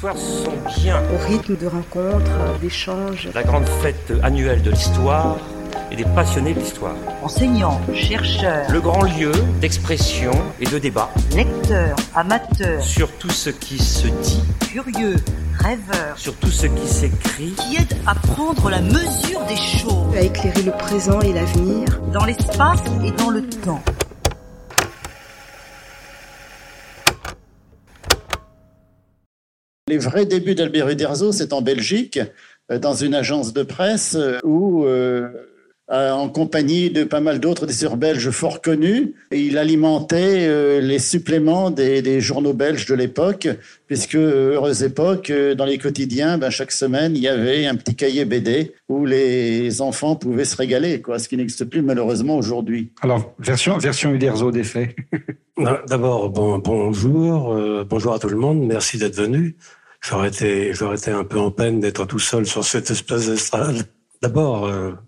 histoires sont bien au rythme de rencontres, d'échanges. la grande fête annuelle de l'histoire et des passionnés de l'histoire. Enseignants, chercheurs, Le grand lieu d'expression et de débat lecteurs, amateurs, sur tout ce qui se dit, curieux, rêveurs, sur tout ce qui s'écrit, qui aident à prendre la mesure des choses, À éclairer le présent et l'avenir. dans l'espace et dans le temps. Les vrais débuts d'Albert Uderzo, c'est en Belgique, dans une agence de presse où, en compagnie de pas mal d'autres éditeurs belges fort connus, il alimentait les suppléments des journaux belges de l'époque, puisque, heureuse époque, dans les quotidiens, chaque semaine, il y avait un petit cahier BD où les enfants pouvaient se régaler, ce qui n'existe plus malheureusement aujourd'hui. Alors, version Uderzo des faits. D'abord, bonjour à tout le monde, merci d'être venu. J'aurais été un peu en peine d'être tout seul sur cette espèce d'estrade. D'abord,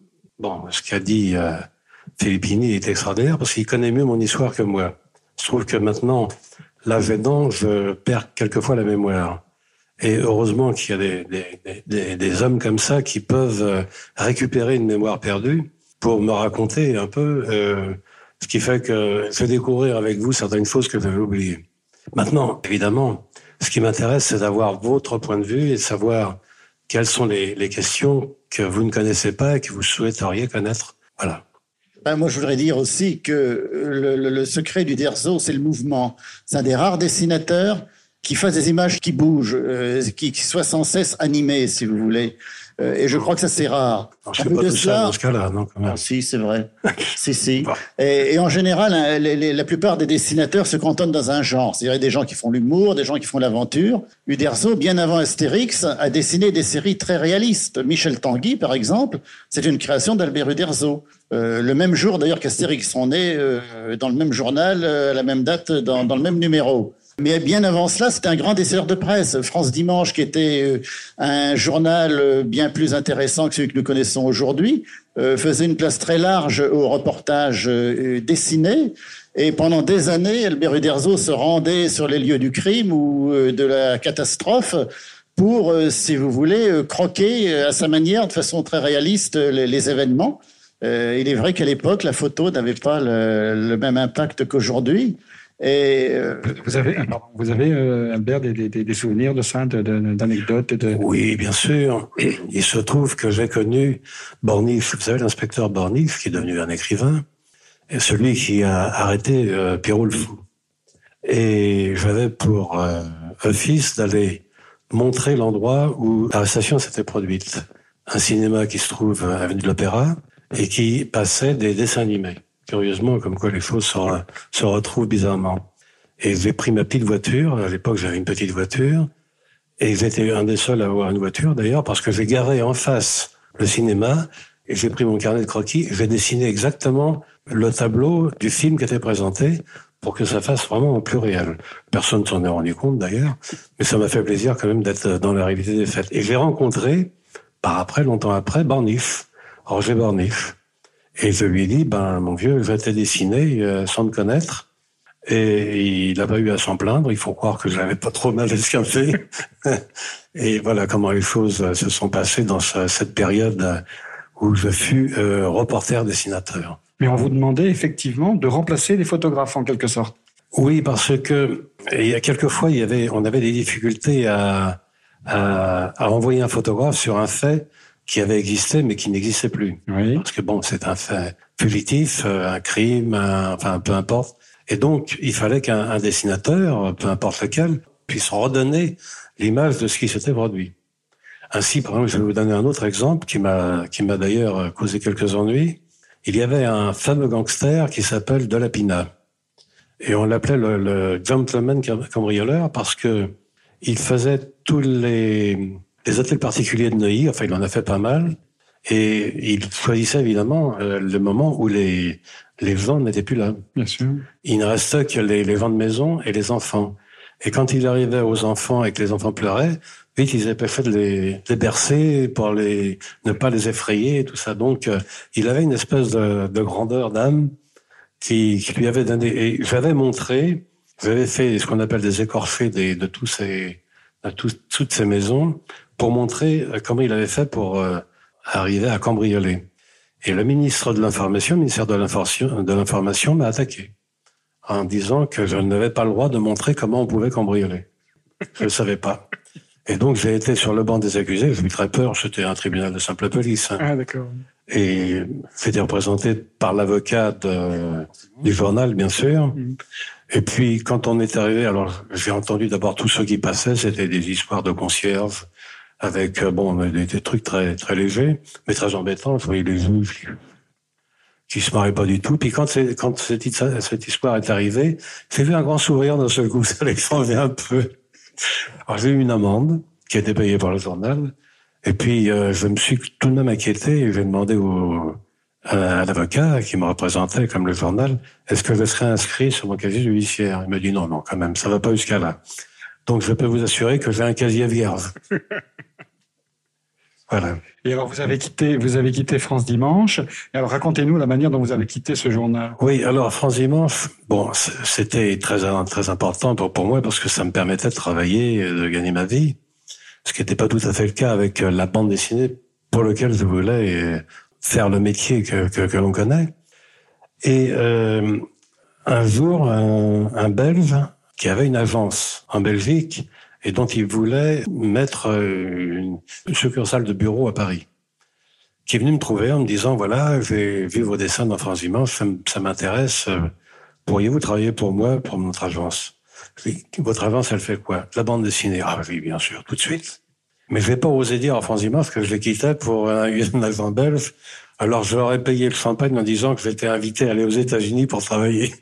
ce qu'a dit Filippini est extraordinaire parce qu'il connaît mieux mon histoire que moi. Je trouve que maintenant, l'âge aidant, je perds quelquefois la mémoire. Et heureusement qu'il y a des hommes comme ça qui peuvent récupérer une mémoire perdue pour me raconter un peu ce qui fait que je vais découvrir avec vous certaines choses que j'avais oubliées. Maintenant, évidemment, ce qui m'intéresse, c'est d'avoir votre point de vue et de savoir quelles sont les questions que vous ne connaissez pas et que vous souhaiteriez connaître. Voilà. Moi, je voudrais dire aussi que le secret d'Uderzo, c'est le mouvement. C'est un des rares dessinateurs qui fasse des images qui bougent, qui soient sans cesse animées, si vous voulez. Et je crois que ça, c'est rare. Alors, je ne suis pas tout seul dans ce cas-là, non, quand même. Ah, si, c'est vrai. si. Bon. Et en général, la plupart des dessinateurs se cantonnent dans un genre. C'est-à-dire des gens qui font l'humour, des gens qui font l'aventure. Uderzo, bien avant Astérix, a dessiné des séries très réalistes. Michel Tanguy, par exemple, c'est une création d'Albert Uderzo. Le même jour, d'ailleurs, qu'Astérix. On est dans le même journal, à la même date, dans le même numéro. Mais bien avant cela, c'était un grand dessineur de presse. France Dimanche, qui était un journal bien plus intéressant que celui que nous connaissons aujourd'hui, faisait une place très large au reportage dessiné. Et pendant des années, Albert Uderzo se rendait sur les lieux du crime ou de la catastrophe pour, si vous voulez, croquer à sa manière, de façon très réaliste, les événements. Il est vrai qu'à l'époque, la photo n'avait pas le même impact qu'aujourd'hui. Et Vous avez Albert, des souvenirs de ça, d'anecdotes Oui, bien sûr. Il se trouve que j'ai connu Bornif, vous savez, l'inspecteur Bornif, qui est devenu un écrivain, et celui qui a arrêté Pierrot le Fou. Et j'avais pour office d'aller montrer l'endroit où l'arrestation s'était produite. Un cinéma qui se trouve à l'avenue de l'Opéra et qui passait des dessins animés. Curieusement, comme quoi les choses se retrouvent bizarrement. Et j'ai pris ma petite voiture. À l'époque, j'avais une petite voiture. Et j'étais un des seuls à avoir une voiture, d'ailleurs, parce que j'ai garé en face le cinéma et j'ai pris mon carnet de croquis. J'ai dessiné exactement le tableau du film qui était présenté pour que ça fasse vraiment en pluriel. Personne ne s'en est rendu compte, d'ailleurs. Mais ça m'a fait plaisir quand même d'être dans la réalité des faits. Et j'ai rencontré, longtemps après, Bornif, Roger Bornif. Et je lui ai dit, mon vieux, je vais te dessiner sans te connaître. Et il n'a pas eu à s'en plaindre. Il faut croire que je n'avais pas trop mal escampé. Et voilà comment les choses se sont passées dans cette période où je fus reporter dessinateur. Mais on vous demandait effectivement de remplacer les photographes en quelque sorte. Oui, parce que il y a quelquefois, on avait des difficultés à envoyer un photographe sur un fait qui avait existé, mais qui n'existait plus. Oui. Parce que c'est un fait fugitif, un crime, peu importe. Et donc, il fallait qu'un dessinateur, peu importe lequel, puisse redonner l'image de ce qui s'était produit. Ainsi, par exemple, je vais vous donner un autre exemple qui m'a d'ailleurs causé quelques ennuis. Il y avait un fameux gangster qui s'appelle Delapina. Et on l'appelait le gentleman cambrioleur parce que il faisait tous les hôtels particuliers de Neuilly, il en a fait pas mal, et il choisissait évidemment le moment où les gens n'étaient plus là. Bien sûr. Il ne restait que les gens de maison et les enfants. Et quand il arrivait aux enfants et que les enfants pleuraient, vite, ils avaient fait de les bercer pour ne pas les effrayer et tout ça. Donc, il avait une espèce de grandeur d'âme qui lui avait donné. Et j'avais fait ce qu'on appelle des écorchés de tous à toutes ces maisons pour montrer comment il avait fait pour arriver à cambrioler. Et le ministre de l'Information, le ministère de l'Information m'a attaqué en disant que je n'avais pas le droit de montrer comment on pouvait cambrioler. Je ne savais pas. Et donc, j'ai été sur le banc des accusés. J'ai eu très peur. C'était un tribunal de simple police. Hein. Ah, d'accord. Et j'étais représenté par l'avocat du journal, bien sûr. Et puis, quand on est arrivé, alors, j'ai entendu d'abord tout ce qui passait. C'était des histoires de concierges avec, des trucs très, très légers, mais très embêtants. Je voyais les juges qui se marraient pas du tout. Puis quand cette histoire est arrivée, j'ai vu un grand sourire d'un seul coup. Ça les changé un peu. Alors, j'ai eu une amende qui a été payée par le journal. Et puis, je me suis tout de même inquiété et j'ai demandé à l'avocat qui me représentait comme le journal, est-ce que je serais inscrit sur mon casier judiciaire? Il m'a dit non, quand même, ça va pas jusqu'à là. Donc, je peux vous assurer que j'ai un casier vierge. Voilà. Et alors, vous avez quitté France Dimanche. Et alors, racontez-nous la manière dont vous avez quitté ce journal. Oui, alors, France Dimanche, c'était très, très important pour moi parce que ça me permettait de travailler, de gagner ma vie. Ce qui n'était pas tout à fait le cas avec la bande dessinée pour laquelle je voulais faire le métier que l'on connaît. Et un jour, un Belge qui avait une agence en Belgique et dont il voulait mettre une succursale de bureau à Paris, qui est venu me trouver en me disant, voilà, j'ai vu vos dessins dans France Dimanche, ça m'intéresse, pourriez-vous travailler pour moi, pour notre agence? Votre agence, elle fait quoi? La bande dessinée. Ah oui, bien sûr, tout de suite. Mais je vais pas osé dire en France Dimanche que je les quittais pour une agent belge. Alors je leur ai payé le champagne en disant que j'étais invité à aller aux États-Unis pour travailler.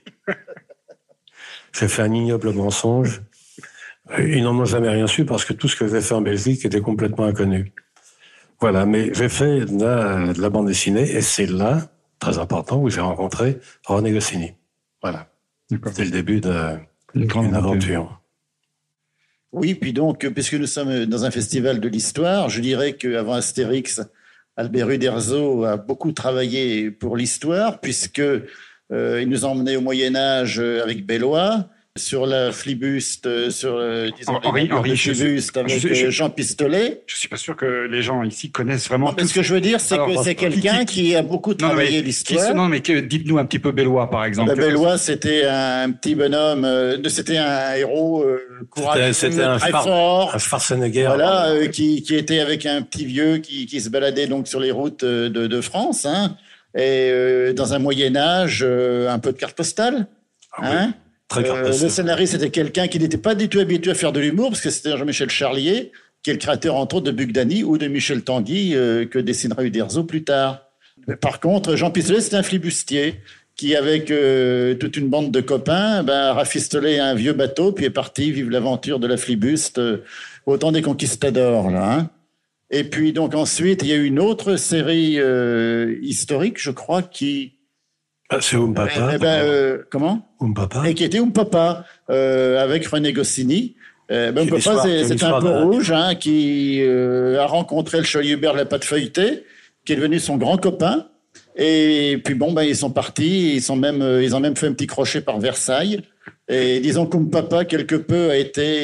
J'ai fait un ignoble mensonge. Ils n'en ont jamais rien su parce que tout ce que j'ai fait en Belgique était complètement inconnu. Voilà, mais j'ai fait de la bande dessinée et c'est là, très important, où j'ai rencontré René Goscinny. Voilà. C'était le début d'une aventure. Oui, puis donc, puisque nous sommes dans un festival de l'histoire, je dirais qu'avant Astérix, Albert Uderzo a beaucoup travaillé pour l'histoire, puisque il nous a emmenés au Moyen-Âge avec Bellois, sur la flibuste, sur Henri Flibuste avec Jean Pistolet. Je suis pas sûr que les gens ici connaissent vraiment. Non, mais ce que je veux dire, c'est que c'est quelqu'un qui a beaucoup travaillé l'histoire. Dites-nous un petit peu Bellois, par exemple. Bellois, c'était un petit bonhomme, c'était un héros courageux, très fort. Un Schwarzenegger. Voilà, qui était avec un petit vieux qui se baladait donc sur les routes de France, hein, et dans un Moyen-Âge, un peu de carte postale, hein. Le scénariste était quelqu'un qui n'était pas du tout habitué à faire de l'humour, parce que c'était Jean-Michel Charlier, qui est le créateur, entre autres, de Bugdani ou de Michel Tanguy, que dessinera Uderzo plus tard. Mais par contre, Jean Pistolet, c'était un flibustier qui, avec toute une bande de copains, a rafistolé un vieux bateau, puis est parti vivre l'aventure de la flibuste au temps des conquistadors, là, hein. Et puis, donc, ensuite, il y a eu une autre série historique, je crois, qui... C'est Papa. Comment? Papa. Et qui était Papa, avec René Goscinny. Papa, c'est un peu rouge, hein, qui a rencontré le chevalier Hubert de la Pâte Feuilletée, qui est devenu son grand copain. Et puis ils sont partis, ils ont même fait un petit crochet par Versailles. Et disons Papa, quelque peu, a été,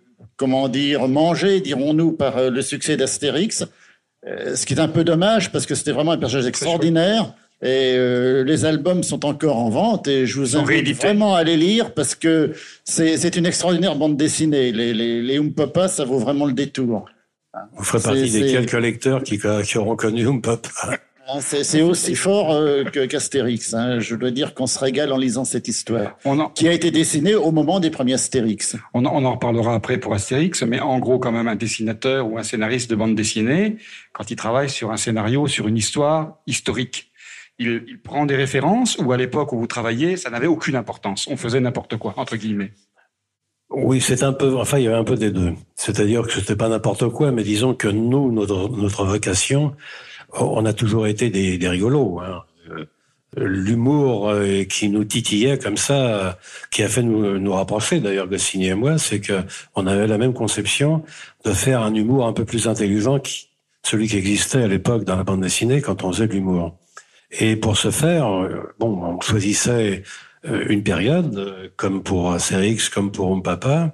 mangé, dirons-nous, par le succès d'Astérix. Ce qui est un peu dommage, parce que c'était vraiment un personnage extraordinaire. Et les albums sont encore en vente et je vous invite vraiment à les lire parce que c'est une extraordinaire bande dessinée. Les Papa, ça vaut vraiment le détour. Vous ferez partie des quelques lecteurs qui auront connu Papa. C'est aussi fort qu'Astérix. Hein. Je dois dire qu'on se régale en lisant cette histoire qui a été dessinée au moment des premiers Astérix. On en reparlera après pour Astérix, mais en gros, quand même, un dessinateur ou un scénariste de bande dessinée, quand il travaille sur un scénario, sur une histoire historique, il prend des références ou à l'époque où vous travailliez, ça n'avait aucune importance. On faisait n'importe quoi, entre guillemets. Oui, il y avait un peu des deux. C'est-à-dire que c'était pas n'importe quoi, mais disons que nous, notre vocation, on a toujours été des rigolos, hein. L'humour qui nous titillait comme ça, qui a fait nous rapprocher, d'ailleurs, Goscinny et moi, c'est que on avait la même conception de faire un humour un peu plus intelligent que celui qui existait à l'époque dans la bande dessinée quand on faisait de l'humour. Et pour ce faire, on choisissait une période, comme pour Astérix, comme pour Papa,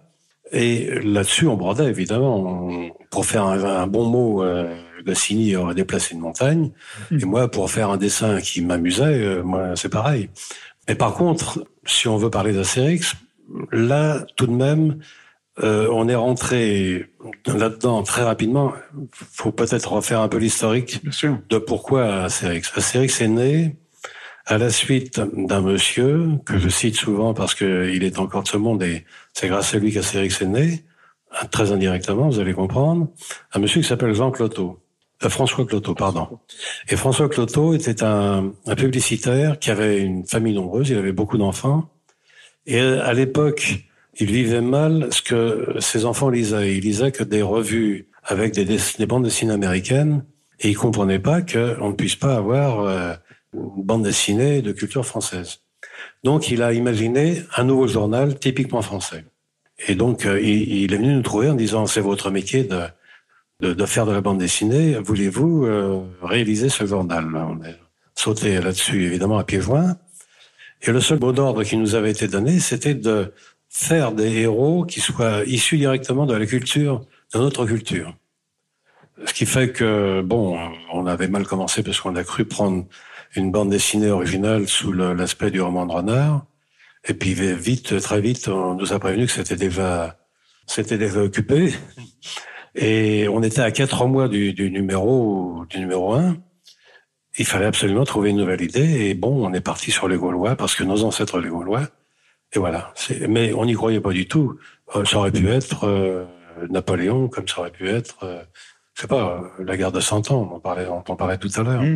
Et là-dessus, on brodait, évidemment. Pour faire un bon mot, Goscinny aurait déplacé une montagne. Et moi, pour faire un dessin qui m'amusait, moi, c'est pareil. Mais par contre, si on veut parler d'Astérix, là, tout de même, on est rentré là-dedans très rapidement. Faut peut-être refaire un peu l'historique de pourquoi Astérix. Astérix est né à la suite d'un monsieur que je cite souvent parce que il est encore de ce monde et c'est grâce à lui qu'Astérix est né, très indirectement, vous allez comprendre. Un monsieur qui s'appelle François Cloteau, pardon. Et François Cloteau était un publicitaire qui avait une famille nombreuse, il avait beaucoup d'enfants. Et à l'époque, il vivait mal ce que ses enfants lisaient. Il lisait que des revues avec des bandes dessinées américaines et il comprenait pas qu'on ne puisse pas avoir une bande dessinée de culture française. Donc, il a imaginé un nouveau journal typiquement français. Et donc, il est venu nous trouver en disant, c'est votre métier de faire de la bande dessinée, voulez-vous réaliser ce journal? On est sauté là-dessus, évidemment, à pieds joints. Et le seul mot d'ordre qui nous avait été donné, c'était de faire des héros qui soient issus directement de la culture, de notre culture. Ce qui fait que, bon, on avait mal commencé parce qu'on a cru prendre une bande dessinée originale sous l'aspect du roman de renard. Et puis très vite, on nous a prévenu que c'était déjà occupé. Et on était à 4 mois du numéro 1. Il fallait absolument trouver une nouvelle idée. Et bon, on est parti sur les Gaulois parce que nos ancêtres les Gaulois. Et voilà. Mais on n'y croyait pas du tout. Ça aurait pu être Napoléon, comme ça aurait pu être, je sais pas, la guerre de 100 ans. On en parlait tout à l'heure.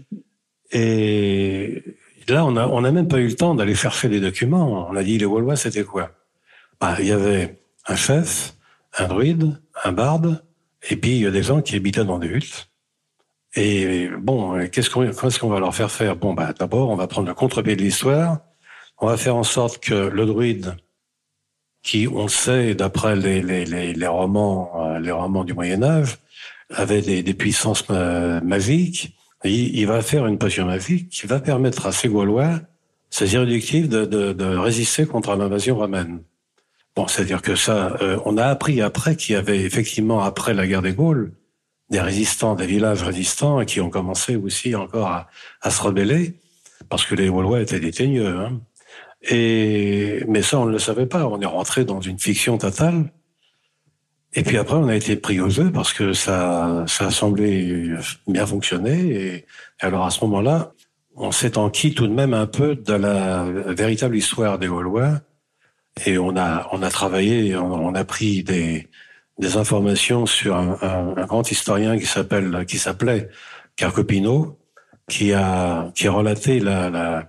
Et là, on n'a même pas eu le temps d'aller chercher les documents. On a dit les Gaulois, c'était quoi? Il y avait un chef, un druide, un barde, et puis il y a des gens qui habitaient dans des huttes. Et bon, qu'est-ce qu'on va leur faire? Bon, d'abord, on va prendre le contre-pied de l'histoire. On va faire en sorte que le druide, qui, on le sait, d'après les romans du Moyen-Âge, avait des puissances magiques. Il va faire une potion magique qui va permettre à ces Gaulois, ces irréductibles, de résister contre l'invasion romaine. Bon, c'est-à-dire que ça, on a appris après qu'il y avait effectivement, après la guerre des Gaules, des résistants, des villages résistants, et qui ont commencé aussi encore à se rebeller, parce que les Gaulois étaient des teigneux. Hein. Mais ça, on ne le savait pas. On est rentré dans une fiction totale. Et puis après, on a été pris au jeu parce que ça a semblé bien fonctionner. Et alors à ce moment-là, on s'est enquis tout de même un peu de la véritable histoire des Gaulois. Et on a travaillé, on a pris des informations sur un grand historien qui s'appelait Carcopino, qui a relaté la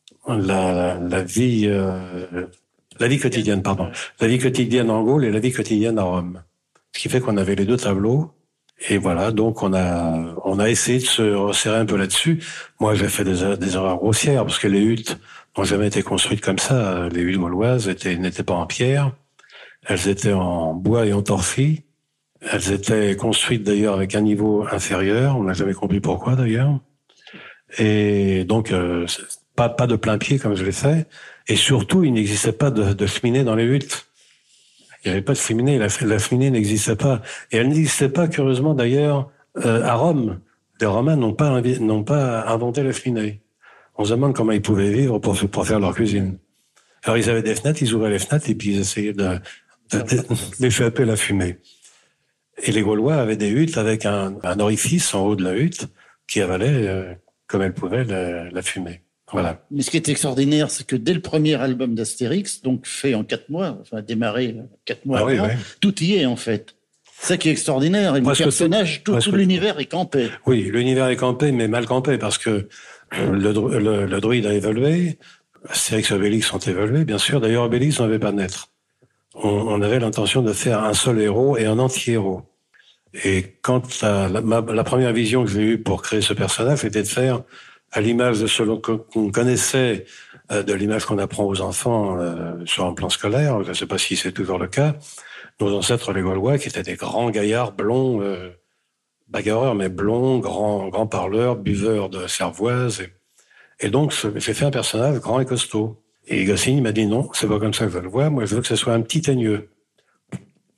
vie quotidienne, la vie quotidienne en Gaule et la vie quotidienne à Rome. Ce qui fait qu'on avait les deux tableaux. Et voilà, donc on a essayé de se resserrer un peu là-dessus. Moi, j'ai fait des erreurs grossières parce que les huttes n'ont jamais été construites comme ça. Les huttes gauloises n'étaient pas en pierre. Elles étaient en bois et en torfis. Elles étaient construites d'ailleurs avec un niveau inférieur. On n'a jamais compris pourquoi d'ailleurs. Et donc, pas de plein pied comme je l'ai fait. Et surtout, il n'existait pas de cheminée dans les huttes. Il n'y avait pas de cheminée. La cheminée n'existait pas. Et elle n'existait pas, curieusement d'ailleurs, à Rome. Les Romains n'ont pas inventé la cheminée. On se demande comment ils pouvaient vivre pour faire leur cuisine. Alors ils avaient des fenêtres, ils ouvraient les fenêtres et puis ils essayaient d'échapper la fumée. Et les Gaulois avaient des huttes avec un orifice en haut de la hutte qui avalait, comme elle pouvait, la fumée. Voilà. Mais ce qui est extraordinaire, c'est que dès le premier album d'Astérix, donc fait en 4 mois, enfin démarré 4 mois avant, tout y est en fait. C'est ça qui est extraordinaire. Et le personnage, tout l'univers est campé. Oui, l'univers est campé, mais mal campé, parce que le druide a évolué, Astérix et Obélix ont évolué, bien sûr. D'ailleurs, Obélix n'avait pas naître. On avait l'intention de faire un seul héros et un anti-héros. Et quand la première vision que j'ai eue pour créer ce personnage, c'était de faire à l'image de ce qu'on connaissait, de l'image qu'on apprend aux enfants sur un plan scolaire, je ne sais pas si c'est toujours le cas, nos ancêtres les Gaulois, qui étaient des grands gaillards blonds, bagarreurs, mais blonds, grands parleurs, buveurs de cervoise. Et donc, j'ai fait un personnage grand et costaud. Et Goscinny m'a dit non, c'est pas comme ça que je le vois, moi je veux que ce soit un petit teigneux.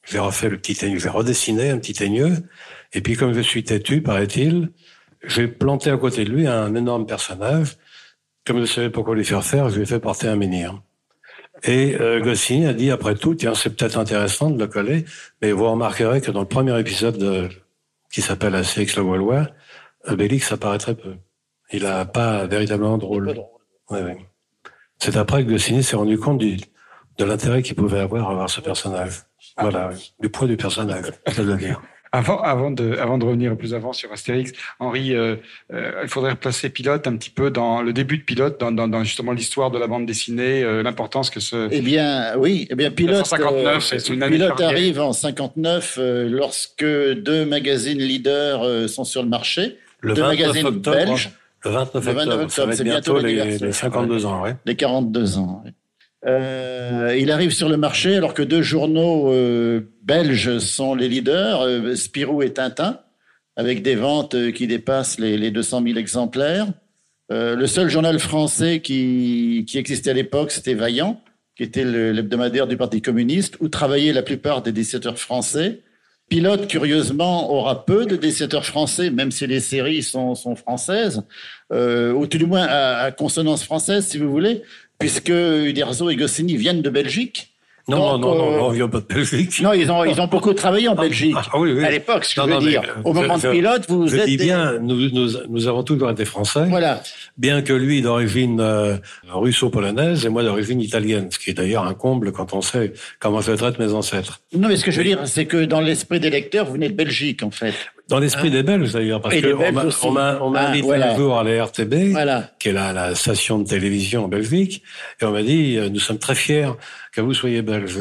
J'ai refait le petit teigneux, j'ai redessiné un petit teigneux. Et puis, comme je suis têtu, paraît-il, j'ai planté à côté de lui un énorme personnage. Comme je savais pas quoi lui faire faire, je lui ai fait porter un menhir. Et Goscinny a dit, après tout, tiens, c'est peut-être intéressant de le coller, mais vous remarquerez que dans le premier épisode qui s'appelle Astérix le Gaulois, Obélix apparaît très peu. Il n'a pas véritablement de rôle. Ouais, ouais. C'est après que Goscinny s'est rendu compte de l'intérêt qu'il pouvait avoir à voir ce personnage. Voilà, du poids du personnage, je veux dire. Avant de revenir plus avant sur Astérix, Henri, il faudrait replacer Pilote un petit peu dans le début de Pilote, dans justement l'histoire de la bande dessinée, l'importance que ce... Eh bien, oui. Eh bien, Pilote, 1959, c'est une année Pilote charnière. arrive en 59 lorsque deux magazines leaders sont sur le marché. Le deux 29 magazines octobre, belges. Le 29 Le 29 octobre, ça va être c'est bientôt bientôt les l'anniversaire. 52 ans, ouais. Les 42 ans. Oui. Il arrive sur le marché alors que deux journaux belges sont les leaders, Spirou et Tintin, avec des ventes qui dépassent les 200 000 exemplaires. Le seul journal français qui existait à l'époque, c'était Vaillant, qui était l'hebdomadaire du Parti communiste, où travaillaient la plupart des dessinateurs français. Pilote, curieusement, aura peu de dessinateurs français, même si les séries sont françaises, ou tout du moins à consonance française, si vous voulez, puisque Uderzo et Goscinny viennent de Belgique. Non, Donc, non, il n'y a pas de Belgique. Non, ils ont beaucoup travaillé en Belgique. Ah, oui, oui. À l'époque, ce que Non, je veux non, dire. mais, Au moment de Pilote, vous je êtes... dis bien, nous avons toujours été français. Voilà. Bien que lui d'origine russo-polonaise et moi d'origine italienne, ce qui est d'ailleurs un comble quand on sait comment je traite mes ancêtres. Non, mais ce que je veux dire, c'est que dans l'esprit des lecteurs, vous venez de Belgique, en fait. Dans l'esprit des Belges d'ailleurs, parce Et que des Belges aussi. on m'a invité voilà. un jour à la RTB, Voilà. qui est la station de télévision en Belgique, et on m'a dit nous sommes très fiers que vous soyez belge.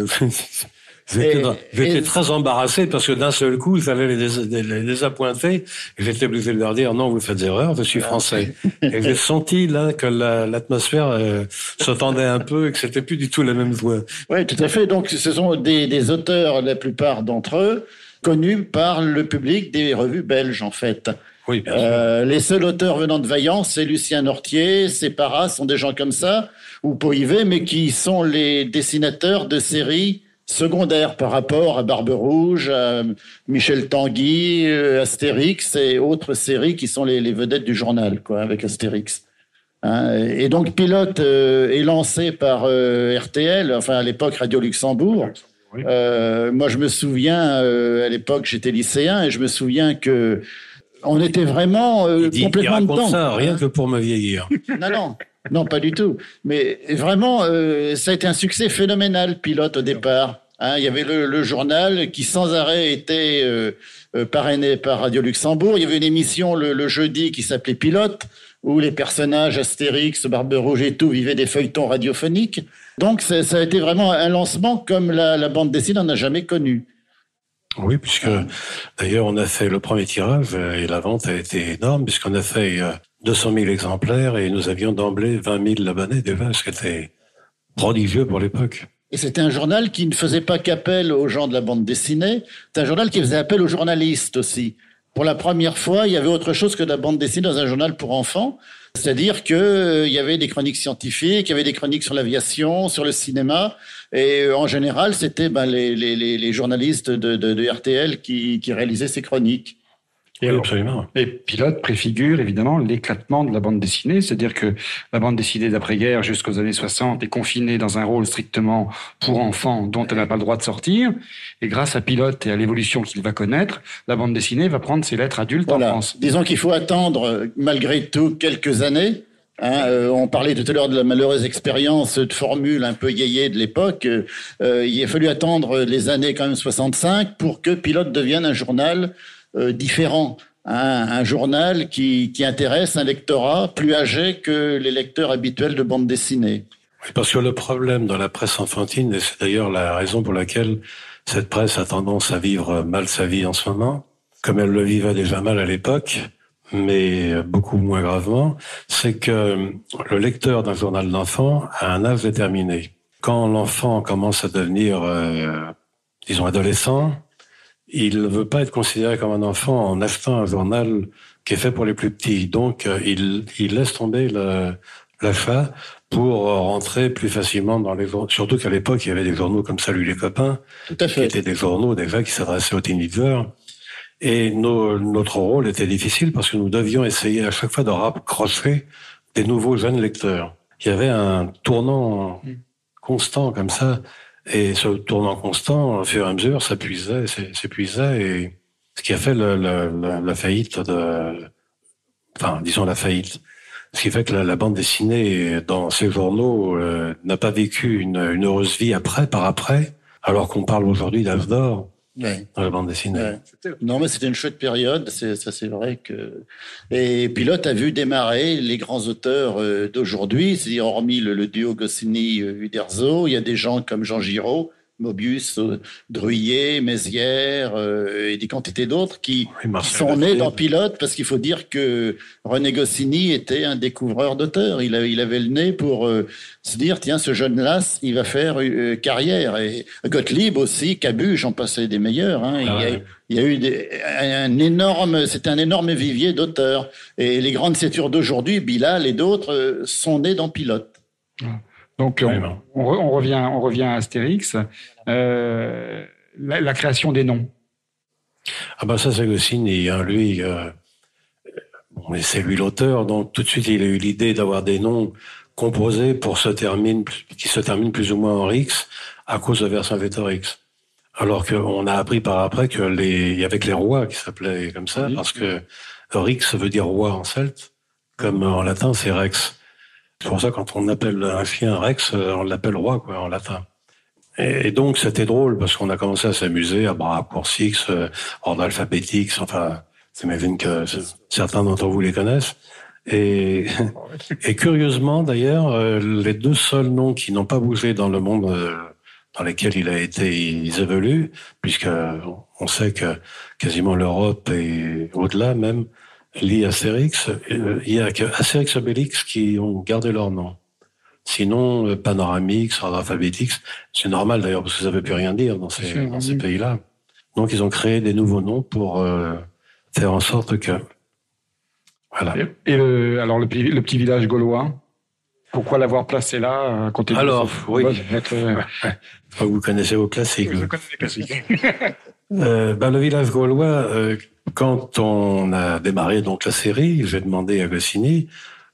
J'étais très embarrassé parce que d'un seul coup, il fallait les désappointer. Et j'étais obligé de leur dire non, vous faites erreur, je suis français. Et j'ai senti là que l'atmosphère se tendait un peu et que c'était plus du tout la même voix. Oui, tout à fait. Donc, ce sont des auteurs, la plupart d'entre eux, connus par le public des revues belges, en fait. Oui, bien sûr. Les seuls auteurs venant de Vaillant, c'est Lucien Nortier, c'est Parra, sont des gens comme ça, ou Poivet, mais qui sont les dessinateurs de séries secondaires par rapport à Barbe Rouge, à Michel Tanguy, Astérix et autres séries qui sont les vedettes du journal, quoi, avec Astérix. Hein, et donc Pilote est lancé par RTL, enfin à l'époque Radio Luxembourg. Oui. Moi, je me souviens, à l'époque, j'étais lycéen et je me souviens que on était vraiment complètement il raconte dedans. ça rien que pour me vieillir. Non, pas du tout. Mais vraiment, ça a été un succès phénoménal, Pilote, au départ. Hein, il y avait le journal qui, sans arrêt, était parrainé par Radio Luxembourg. Il y avait une émission le jeudi qui s'appelait Pilote, où les personnages Astérix, Barbe Rouge et tout vivaient des feuilletons radiophoniques. Donc, ça a été vraiment un lancement comme la bande dessinée n'en a jamais connu. Oui, puisque d'ailleurs on a fait le premier tirage et la vente a été énorme puisqu'on a fait 200 000 exemplaires et nous avions d'emblée 20 000 abonnés déjà, ce qui était prodigieux pour l'époque. Et c'était un journal qui ne faisait pas qu'appel aux gens de la bande dessinée, c'est un journal qui faisait appel aux journalistes aussi. Pour la première fois, il y avait autre chose que de la bande dessinée dans un journal pour enfants, c'est-à-dire que il y avait des chroniques scientifiques, il y avait des chroniques sur l'aviation, sur le cinéma, et en général, c'était les journalistes de RTL qui réalisaient ces chroniques. Et Oui, absolument. Et Pilote préfigure évidemment l'éclatement de la bande dessinée, c'est-à-dire que la bande dessinée d'après-guerre jusqu'aux années 60 est confinée dans un rôle strictement pour enfants dont elle n'a pas le droit de sortir. Et grâce à Pilote et à l'évolution qu'il va connaître, la bande dessinée va prendre ses lettres adultes en France. Disons qu'il faut attendre malgré tout quelques années. Hein, on parlait tout à l'heure de la malheureuse expérience de formule un peu yéyé de l'époque. Il a fallu attendre les années quand même 65 pour que Pilote devienne un journal différent, hein, un journal qui intéresse un lectorat plus âgé que les lecteurs habituels de bande dessinée. Oui, parce que le problème dans la presse enfantine, et c'est d'ailleurs la raison pour laquelle cette presse a tendance à vivre mal sa vie en ce moment, comme elle le vivait déjà mal à l'époque, mais beaucoup moins gravement, c'est que le lecteur d'un journal d'enfant a un âge déterminé. Quand l'enfant commence à devenir, disons, adolescent, il ne veut pas être considéré comme un enfant en achetant un journal qui est fait pour les plus petits. Donc, il laisse tomber l'achat pour rentrer plus facilement dans les journaux. Surtout qu'à l'époque, il y avait des journaux comme Salut les copains, Tout à qui fait. étaient des journaux déjà qui s'adressaient aux teenagers. Et notre rôle était difficile parce que nous devions essayer à chaque fois de raccrocher des nouveaux jeunes lecteurs. Il y avait un tournant constant comme ça. Et ce tournant constant, au fur et à mesure, s'épuisait, et ce qui a fait la faillite disons la faillite. Ce qui fait que la bande dessinée dans ces journaux n'a pas vécu une heureuse vie par après, alors qu'on parle aujourd'hui d'âge d'or Ouais. dans la bande dessinée. Ouais. Non, mais c'était une chouette période. C'est vrai que. Et puis là, tu as vu démarrer les grands auteurs d'aujourd'hui, c'est-à-dire hormis le duo Goscinny-Uderzo, il y a des gens comme Jean Giraud, Mobius, Druillet, Mézières et des quantités d'autres qui sont nés dans Pilote, parce qu'il faut dire que René Goscinny était un découvreur d'auteurs. Il avait le nez pour se dire, tiens, ce jeune-là, il va faire carrière. Et Gottlieb aussi, Cabu, j'en passais des meilleurs. Hein. Il y a eu c'était un énorme vivier d'auteurs. Et les grandes sétures d'aujourd'hui, Bilal et d'autres, sont nés dans Pilote. Donc, on revient à Astérix. La création des noms. Ah ben ça, c'est Goscinny. Hein. Lui, c'est lui l'auteur. Donc, tout de suite, il a eu l'idée d'avoir des noms composés qui se terminent plus ou moins en Rix à cause de Vercingétorix. Alors qu'on a appris par après il y avait que les rois qui s'appelaient comme ça, parce que Rix veut dire roi en celte, comme en latin, c'est Rex. C'est pour ça, quand on appelle un chien Rex, on l'appelle roi, quoi, en latin. Et donc, c'était drôle, parce qu'on a commencé à s'amuser à Raccourcix, ordre alphabétique, enfin, j'imagine que certains d'entre vous les connaissent. Et curieusement, d'ailleurs, les deux seuls noms qui n'ont pas bougé dans le monde dans lesquels ils évoluent, puisque on sait que quasiment l'Europe et au-delà même, lit Astérix, il y a que Astérix et Obélix qui ont gardé leur nom. Sinon, Panoramix, Ordre Alphabétix, c'est normal d'ailleurs parce que ça ne veut plus rien dire dans ces pays-là. Donc ils ont créé des nouveaux noms pour faire en sorte que... Voilà. Et alors le petit village gaulois, pourquoi l'avoir placé là à côté de... Alors, oui. Vous connaissez vos classiques. Je connais les classiques. Le village gaulois... quand on a démarré donc la série, j'ai demandé à Goscinny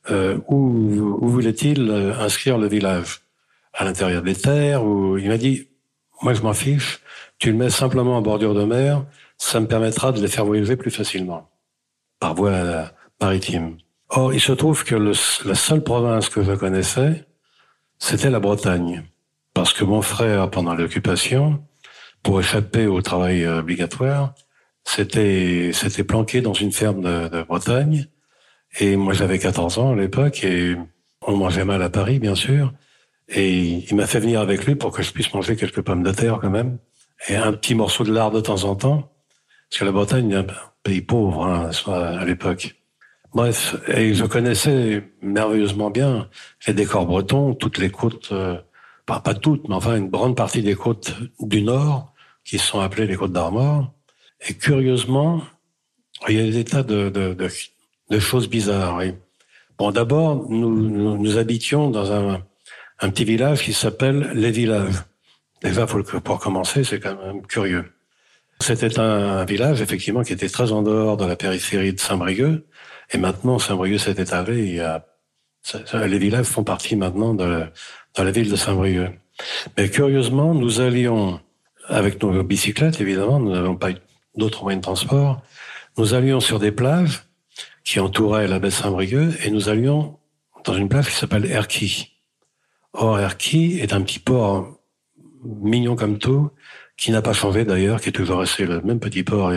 où voulait-il inscrire le village, à l'intérieur des terres, ou il m'a dit moi je m'en fiche, tu le mets simplement en bordure de mer, ça me permettra de les faire voyager plus facilement par voie maritime. Or il se trouve que la seule province que je connaissais, c'était la Bretagne, parce que mon frère pendant l'occupation, pour échapper au travail obligatoire, c'était planqué dans une ferme de Bretagne. Et moi, j'avais 14 ans à l'époque et on mangeait mal à Paris, bien sûr. Et il m'a fait venir avec lui pour que je puisse manger quelques pommes de terre quand même. Et un petit morceau de lard de temps en temps. Parce que la Bretagne est un pays pauvre, hein, à l'époque. Bref. Et je connaissais merveilleusement bien les décors bretons, toutes les côtes, pas toutes, mais enfin une grande partie des côtes du Nord, qui sont appelées les côtes d'Armor. Et curieusement, il y a des tas de choses bizarres. Oui. Bon, d'abord, nous habitions dans un petit village qui s'appelle Les Villages. Déjà, pour commencer, c'est quand même curieux. C'était un village, effectivement, qui était très en dehors de la périphérie de Saint-Brieuc. Et maintenant, Saint-Brieuc s'est étalé. Les villages font partie maintenant de la ville de Saint-Brieuc. Mais curieusement, nous allions, avec nos bicyclettes, évidemment, nous n'avons pas eu d'autres moyens de transport, nous allions sur des plages qui entouraient la baie de Saint-Brieuc et nous allions dans une plage qui s'appelle Erquy. Or, Erquy est un petit port mignon comme tout, qui n'a pas changé d'ailleurs, qui est toujours resté le même petit port.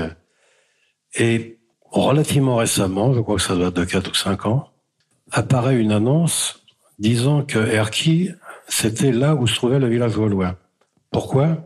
Et relativement récemment, je crois que ça doit être de 4 ou 5 ans, apparaît une annonce disant que Erquy, c'était là où se trouvait le village gaulois. Pourquoi ?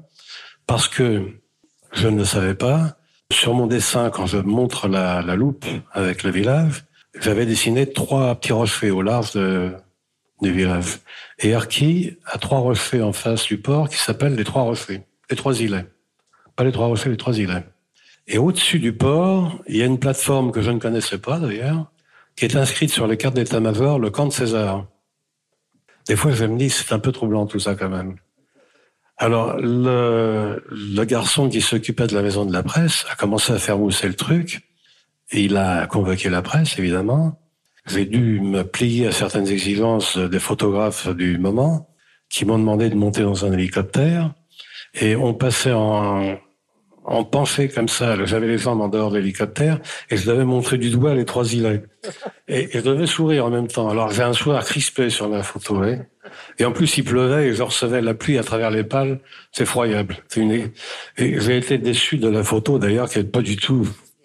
Parce que je ne le savais pas. Sur mon dessin, quand je montre la loupe avec le village, j'avais dessiné 3 petits rochers au large du village. Et Erquy a 3 rochers en face du port qui s'appellent les 3 rochers, les 3 îlets. Pas les 3 rochers, les 3 îlets. Et au-dessus du port, il y a une plateforme que je ne connaissais pas d'ailleurs, qui est inscrite sur les cartes d'état-major, le camp de César. des fois, je me dis, c'est un peu troublant tout ça quand même. Alors, le garçon qui s'occupait de la maison de la presse a commencé à faire mousser le truc. Et il a convoqué la presse, évidemment. J'ai dû me plier à certaines exigences des photographes du moment qui m'ont demandé de monter dans un hélicoptère. Et on passait en penché comme ça. J'avais les jambes en dehors de l'hélicoptère et je devais montrer du doigt les 3 îlets. Et je devais sourire en même temps. Alors j'ai un sourire crispé sur la photo. Oui. Et en plus, il pleuvait et je recevais la pluie à travers les pales. C'est effroyable. Et j'ai été déçu de la photo d'ailleurs, qui n'est pas du tout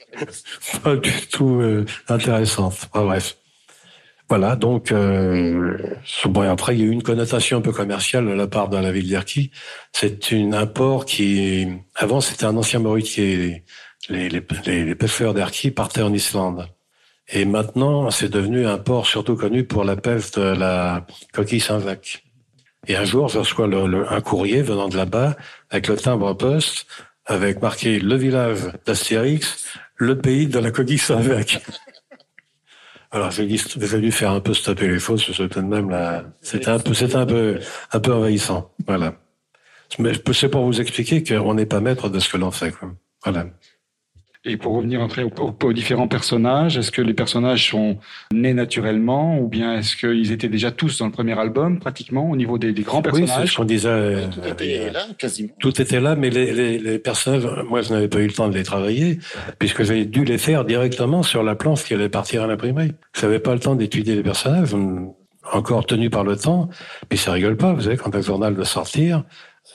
intéressante. Enfin, bref. Voilà, donc bon, après il y a eu une connotation un peu commerciale de la part de la ville d'Erquy. C'est un port qui, avant c'était un ancien mauritier. Les pêcheurs d'Erquy partaient en Islande. Et maintenant, c'est devenu un port surtout connu pour la pêche de la coquille Saint-Jacques. Et un jour, je reçois un courrier venant de là-bas avec le timbre-poste, avec marqué le village d'Astérix, le pays de la coquille Saint-Jacques. Alors, j'ai dû faire un peu stopper les fausses, parce que tout de même, là, c'était un peu envahissant. Voilà. Mais c'est pour vous expliquer qu'on n'est pas maître de ce que l'on fait, quoi. Voilà. Et pour revenir après aux différents personnages, est-ce que les personnages sont nés naturellement ou bien est-ce qu'ils étaient déjà tous dans le premier album, pratiquement, au niveau des grands personnages? Oui, c'est ce qu'on disait. Tout était là, quasiment. Tout était là, mais les personnages, moi, je n'avais pas eu le temps de les travailler, puisque j'ai dû les faire directement sur la planche qui allait partir à l'imprimerie. Je n'avais pas le temps d'étudier les personnages, encore tenu par le temps, puis ça rigole pas, vous savez, quand un journal doit sortir,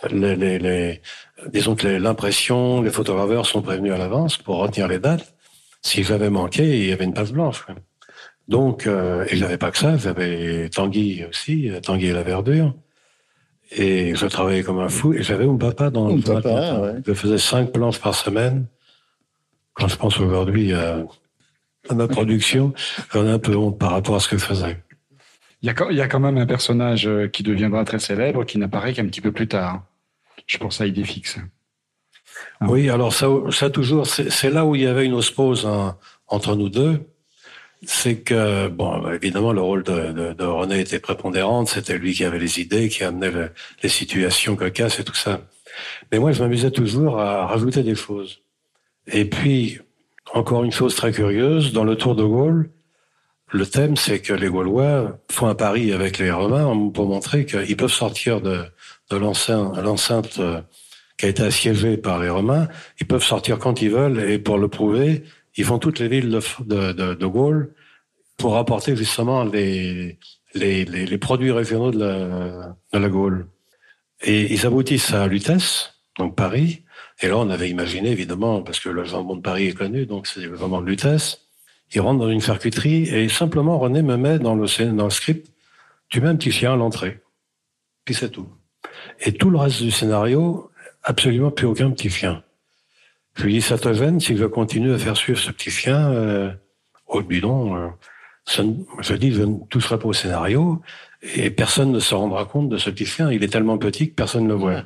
disons que l'impression, les photograveurs sont prévenus à l'avance pour retenir les dates. Si j'avais manqué, il y avait une page blanche. Donc, et j'avais pas que ça, j'avais Tanguy aussi, Tanguy et la verdure. Et je travaillais comme un fou, et j'avais mon papa dans le papa, ouais. Je faisais 5 planches par semaine. Quand je pense aujourd'hui à ma production, j'en ai un peu honte par rapport à ce que je faisais. Il y a quand même un personnage qui deviendra très célèbre, qui n'apparaît qu'un petit peu plus tard. Je pense à Idéfix. Oui, alors ça toujours, c'est là où il y avait une osmose entre nous deux. C'est que, bon, évidemment, le rôle de René était prépondérant. C'était lui qui avait les idées, qui amenait les situations cocasses et tout ça. Mais moi, je m'amusais toujours à rajouter des choses. Et puis, encore une chose très curieuse, dans le Tour de Gaulle, le thème, c'est que les Gaulois font un pari avec les Romains pour montrer qu'ils peuvent sortir de l'enceinte qui a été assiégée par les Romains. Ils peuvent sortir quand ils veulent, et pour le prouver, ils font toutes les villes de Gaulle pour apporter justement les produits régionaux de la Gaule. Et ils aboutissent à Lutèce, donc Paris. Et là, on avait imaginé, évidemment, parce que le jambon de Paris est connu, donc c'est vraiment de Lutèce. Ils rentrent dans une charcuterie et simplement René me met dans le script, tu mets un petit chien à l'entrée. Puis c'est tout. Et tout le reste du scénario, absolument plus aucun petit chien. Je lui dis, ça te gêne si je continue à faire suivre ce petit chien au bidon je dis, je ne toucherai pas au scénario et personne ne se rendra compte de ce petit chien. Il est tellement petit que personne ne le voit.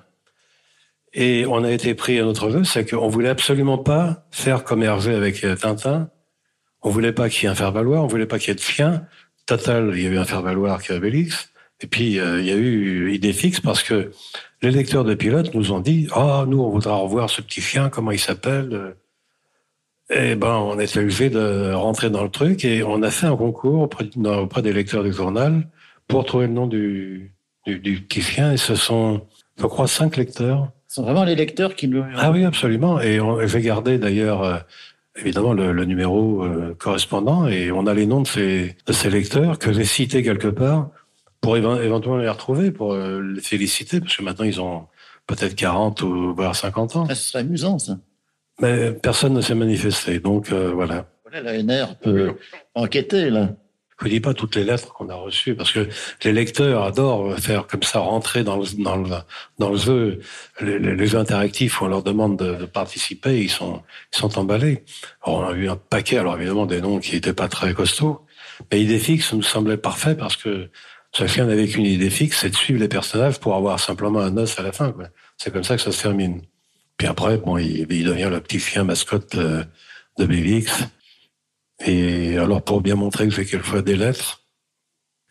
Et on a été pris à notre jeu, c'est qu'on voulait absolument pas faire comme Hergé avec Tintin. On voulait pas qu'il y ait un faire-valoir, on voulait pas qu'il y ait de chien. Total, il y a eu un faire-valoir qui est Obélix. Et puis, il y a eu Idéfix parce que les lecteurs de Pilote nous ont dit « Ah, nous, on voudra revoir ce petit chien, comment il s'appelle ?» Et ben, on était obligé de rentrer dans le truc et on a fait un concours auprès des lecteurs du journal pour trouver le nom du petit chien. Et ce sont, je crois, 5 lecteurs. Ce sont vraiment les lecteurs qui nous... Ah oui, absolument. Et j'ai gardé d'ailleurs... évidemment, le numéro correspondant, et on a les noms de ces lecteurs que j'ai cités quelque part pour éventuellement les retrouver, pour les féliciter, parce que maintenant ils ont peut-être 40 ou voire 50 ans. Ah, ce serait amusant, ça. Mais personne ne s'est manifesté, donc voilà. Voilà, l'ANR peut enquêter, là. Je ne dis pas toutes les lettres qu'on a reçues, parce que les lecteurs adorent faire comme ça, rentrer dans le jeu, les jeux interactifs où on leur demande de participer, ils sont emballés. Alors, on a eu un paquet, alors évidemment des noms qui n'étaient pas très costauds, mais Idéfix nous semblait parfait parce que chacun n'avait qu'une idée fixe, c'est de suivre les personnages pour avoir simplement un os à la fin, quoi. C'est comme ça que ça se termine. Puis après, bon, il devient le petit chien mascotte de Bélix. Et alors, pour bien montrer que j'ai quelquefois des lettres,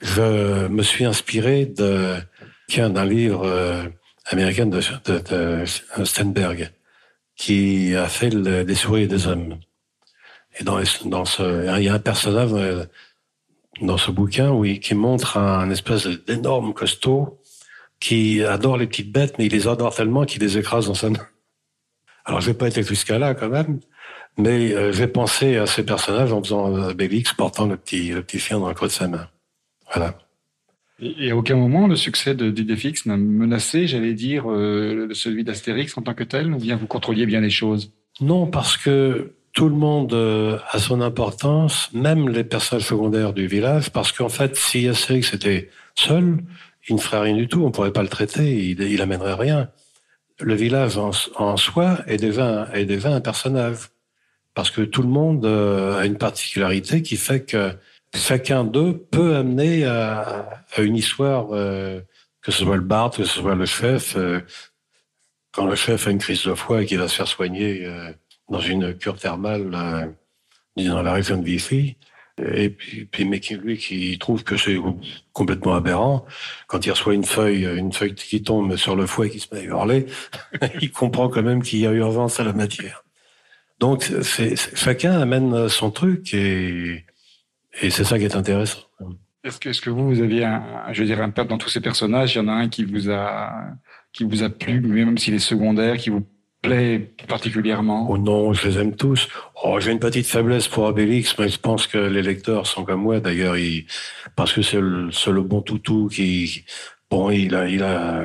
je me suis inspiré d'un livre américain de Steinberg, qui a fait des souris et des hommes. Et il y a un personnage dans ce bouquin, qui montre un espèce d'énorme costaud qui adore les petites bêtes, mais il les adore tellement qu'il les écrase dans sa main. Alors, j'ai pas été jusqu'à là, quand même, mais j'ai pensé à ces personnages en faisant Bélix portant le petit chien dans le creux de sa main. Voilà. Et à aucun moment, le succès d'Idéfix n'a menacé, j'allais dire, celui d'Astérix en tant que tel, ou bien vous contrôliez bien les choses? Non, parce que tout le monde a son importance, même les personnages secondaires du village, parce qu'en fait, si Astérix était seul, il ne ferait rien du tout, on ne pourrait pas le traiter, il amènerait rien. Le village en soi est déjà un personnage, parce que tout le monde a une particularité qui fait que chacun d'eux peut amener à une histoire, que ce soit le barde, que ce soit le chef. Quand le chef a une crise de foie et qu'il va se faire soigner dans une cure thermale dans la région de Vichy, et puis mais lui qui trouve que c'est complètement aberrant, quand il reçoit une feuille qui tombe sur le foie et qui se met à hurler, il comprend quand même qu'il y a urgence à la matière. Donc chacun amène son truc et c'est ça qui est intéressant. Est-ce que vous aviez un père dans tous ces personnages? Il y en a un qui vous a plu, même s'il est secondaire, qui vous plaît particulièrement? Oh non, je les aime tous. Oh, j'ai une petite faiblesse pour Obélix, mais je pense que les lecteurs sont comme moi. D'ailleurs, parce que c'est le bon toutou d'abord, il a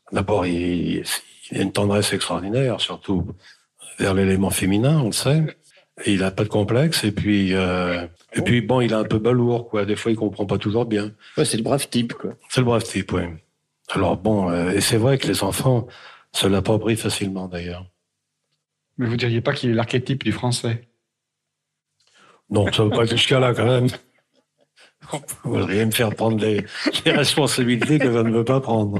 une tendresse extraordinaire, surtout vers l'élément féminin, on le sait. Et il a pas de complexe, et puis bon, il est un peu balourd, quoi. Des fois, il comprend pas toujours bien. Ouais, c'est le brave type, quoi. C'est le brave type, oui. Alors bon, et c'est vrai que les enfants se l'approprient facilement, d'ailleurs. Mais vous diriez pas qu'il est l'archétype du français? Non, ça ne va pas jusqu'à là, quand même. Vous voudriez me faire prendre les responsabilités que je ne veux pas prendre.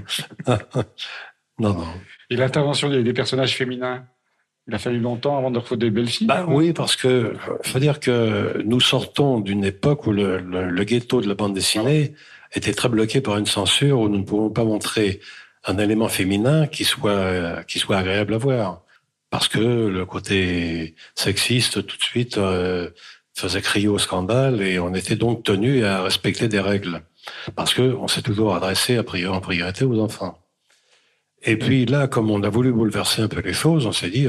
Non. Et l'intervention des personnages féminins, il a fallu longtemps avant de retrouver des belles filles? Oui, parce que faut dire que nous sortons d'une époque où le ghetto de la bande dessinée était très bloqué par une censure où nous ne pouvons pas montrer un élément féminin qui soit agréable à voir. Parce que le côté sexiste, tout de suite, faisait crier au scandale et on était donc tenu à respecter des règles. Parce que on s'est toujours adressé en priorité aux enfants. Et puis là, comme on a voulu bouleverser un peu les choses, on s'est dit,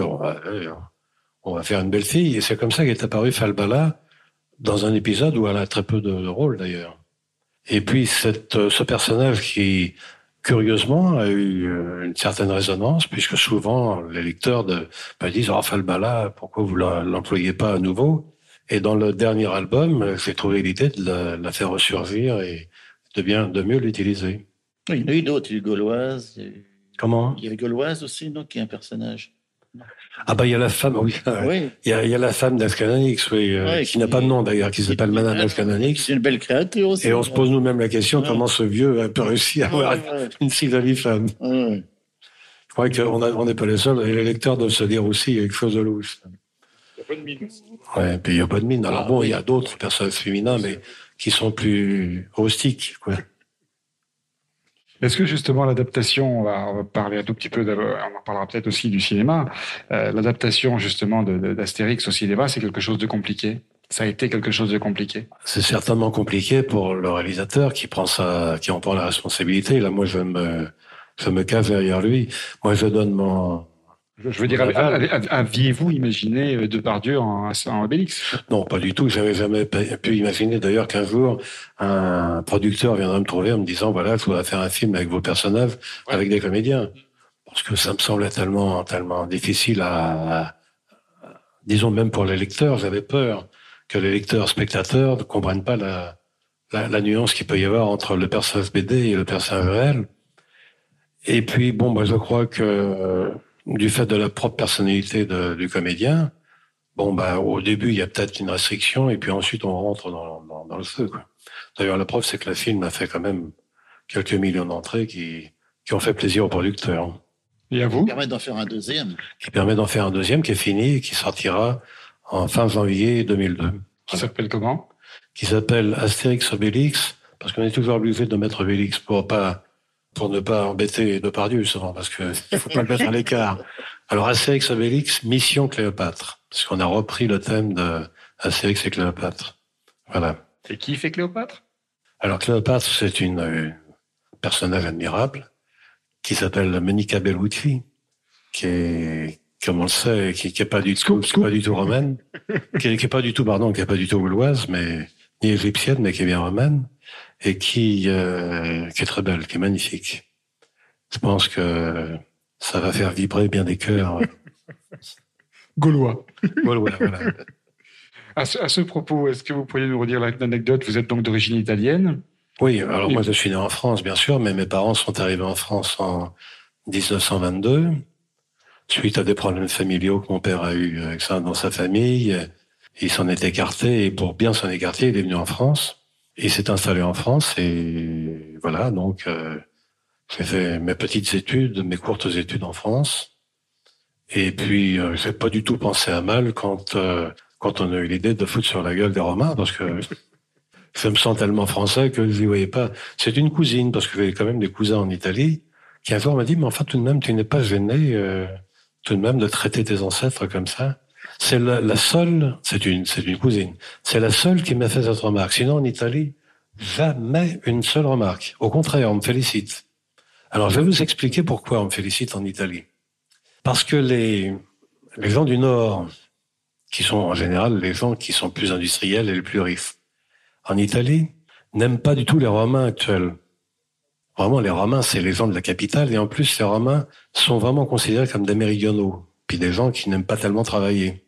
on va faire une belle fille. Et c'est comme ça qu'est apparue Falbala dans un épisode où elle a très peu de rôle d'ailleurs. Et puis ce personnage qui, curieusement, a eu une certaine résonance, puisque souvent les lecteurs disent « Oh, Falbala, pourquoi vous l'employez pas à nouveau ?» Et dans le dernier album, j'ai trouvé l'idée de la faire ressurgir et de mieux l'utiliser. Oui, il y en a eu d'autres, il y a eu Gauloise. Comment? Il y avait Gauloise aussi, non, qui est un personnage. Ah il y a la femme, oui. Oui. Il y a la femme d'Ascanonix, qui n'a pas de nom d'ailleurs, qui s'appelle Madame Ascanonix. C'est une belle créature aussi. Et on se pose nous-mêmes la question, comment ce vieux a pu réussir à avoir une si jolie femme. Ouais. Je crois qu'on n'est pas les seuls, et les lecteurs doivent se dire aussi, il y a quelque chose de louche. Il n'y a pas de mine. Ouais, puis il n'y a pas de mine. Alors bon, il y a d'autres personnages féminins, mais qui sont plus rustiques, quoi. Est-ce que justement l'adaptation, on va parler un tout petit peu, on en parlera peut-être aussi du cinéma, l'adaptation justement d'Astérix au cinéma, c'est quelque chose de compliqué? Ça a été quelque chose de compliqué? C'est certainement compliqué pour le réalisateur qui en prend la responsabilité. Là, moi, je me cache derrière lui. Moi, je donne Je veux dire, aviez-vous imaginé Depardieu en Obélix? Non, pas du tout. J'avais jamais pu imaginer d'ailleurs qu'un jour, un producteur viendrait me trouver en me disant, voilà, je voudrais faire un film avec vos personnages, avec des comédiens. Parce que ça me semblait tellement difficile disons même pour les lecteurs, j'avais peur que les lecteurs spectateurs ne comprennent pas la nuance qu'il peut y avoir entre le personnage BD et le personnage réel. Et puis, bon, je crois que, du fait de la propre personnalité du comédien, au début, il y a peut-être une restriction, et puis ensuite, on rentre dans le feu, quoi. D'ailleurs, la preuve, c'est que le film a fait quand même quelques millions d'entrées qui ont fait plaisir aux producteurs. Et à vous? Qui permet d'en faire un deuxième. Qui permet d'en faire un deuxième, qui est fini, et qui sortira en fin janvier 2002. Qui s'appelle comment? Qui s'appelle Astérix Obélix, parce qu'on est toujours obligé de mettre Obélix pour ne pas embêter Depardieu, souvent, parce que il faut pas le mettre à l'écart. Alors, Astérix Obélix, Mission Cléopâtre, parce qu'on a repris le thème de Astérix et Cléopâtre. Voilà. Et qui fait Cléopâtre? Alors, Cléopâtre, c'est une personnage admirable qui s'appelle Monica Bellucci, qui est, comme on le sait, qui est pas du tout romaine, qui est pas du tout gauloise, mais ni égyptienne, mais qui est bien romaine, et qui est très belle, qui est magnifique. Je pense que ça va faire vibrer bien des cœurs Gaulois. Gaulois, voilà. À ce propos, est-ce que vous pourriez nous redire l'anecdote? Vous êtes donc d'origine italienne? Oui, alors moi je suis né en France, bien sûr, mais mes parents sont arrivés en France en 1922, suite à des problèmes familiaux que mon père a eu avec ça dans sa famille. Il s'en est écarté, et pour bien s'en écarter, il est venu en France. Il s'est installé en France, et voilà, donc j'ai fait mes petites études, mes courtes études en France. Et puis, j'ai pas du tout pensé à mal quand on a eu l'idée de foutre sur la gueule des Romains, parce que je me sens tellement français que je n'y voyais pas. C'est une cousine, parce que j'avais quand même des cousins en Italie, qui un jour m'a dit, mais enfin, tout de même, tu n'es pas gêné, tout de même, de traiter tes ancêtres comme ça. C'est la seule, c'est une cousine, c'est la seule qui m'a fait cette remarque. Sinon, en Italie, jamais une seule remarque. Au contraire, on me félicite. Alors, je vais vous expliquer pourquoi on me félicite en Italie. Parce que les gens du Nord, qui sont en général les gens qui sont plus industriels et les plus riches, en Italie, n'aiment pas du tout les Romains actuels. Vraiment, les Romains, c'est les gens de la capitale, et en plus, les Romains sont vraiment considérés comme des méridionaux, puis des gens qui n'aiment pas tellement travailler.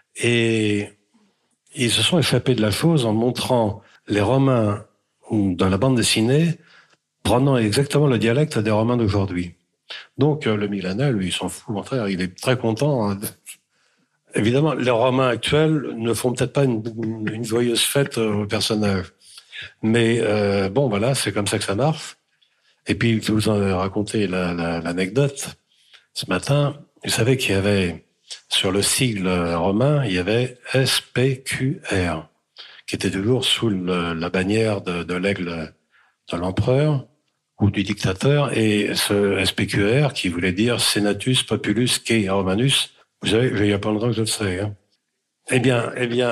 Et ils se sont échappés de la chose en montrant les Romains dans la bande dessinée prenant exactement le dialecte des Romains d'aujourd'hui. Donc, le Milanais, lui, il s'en fout, au contraire, il est très content. Évidemment, les Romains actuels ne font peut-être pas une joyeuse fête aux personnages. Mais bon, voilà, c'est comme ça que ça marche. Et puis, je vous en ai raconté l'anecdote. Ce matin, vous savez qu'il y avait, sur le sigle romain, il y avait SPQR, qui était toujours sous la bannière de l'aigle de l'empereur ou du dictateur. Et ce SPQR, qui voulait dire Senatus Populus Quae Romanus, vous savez, il y a pas longtemps que je le sais. Hein. Eh bien,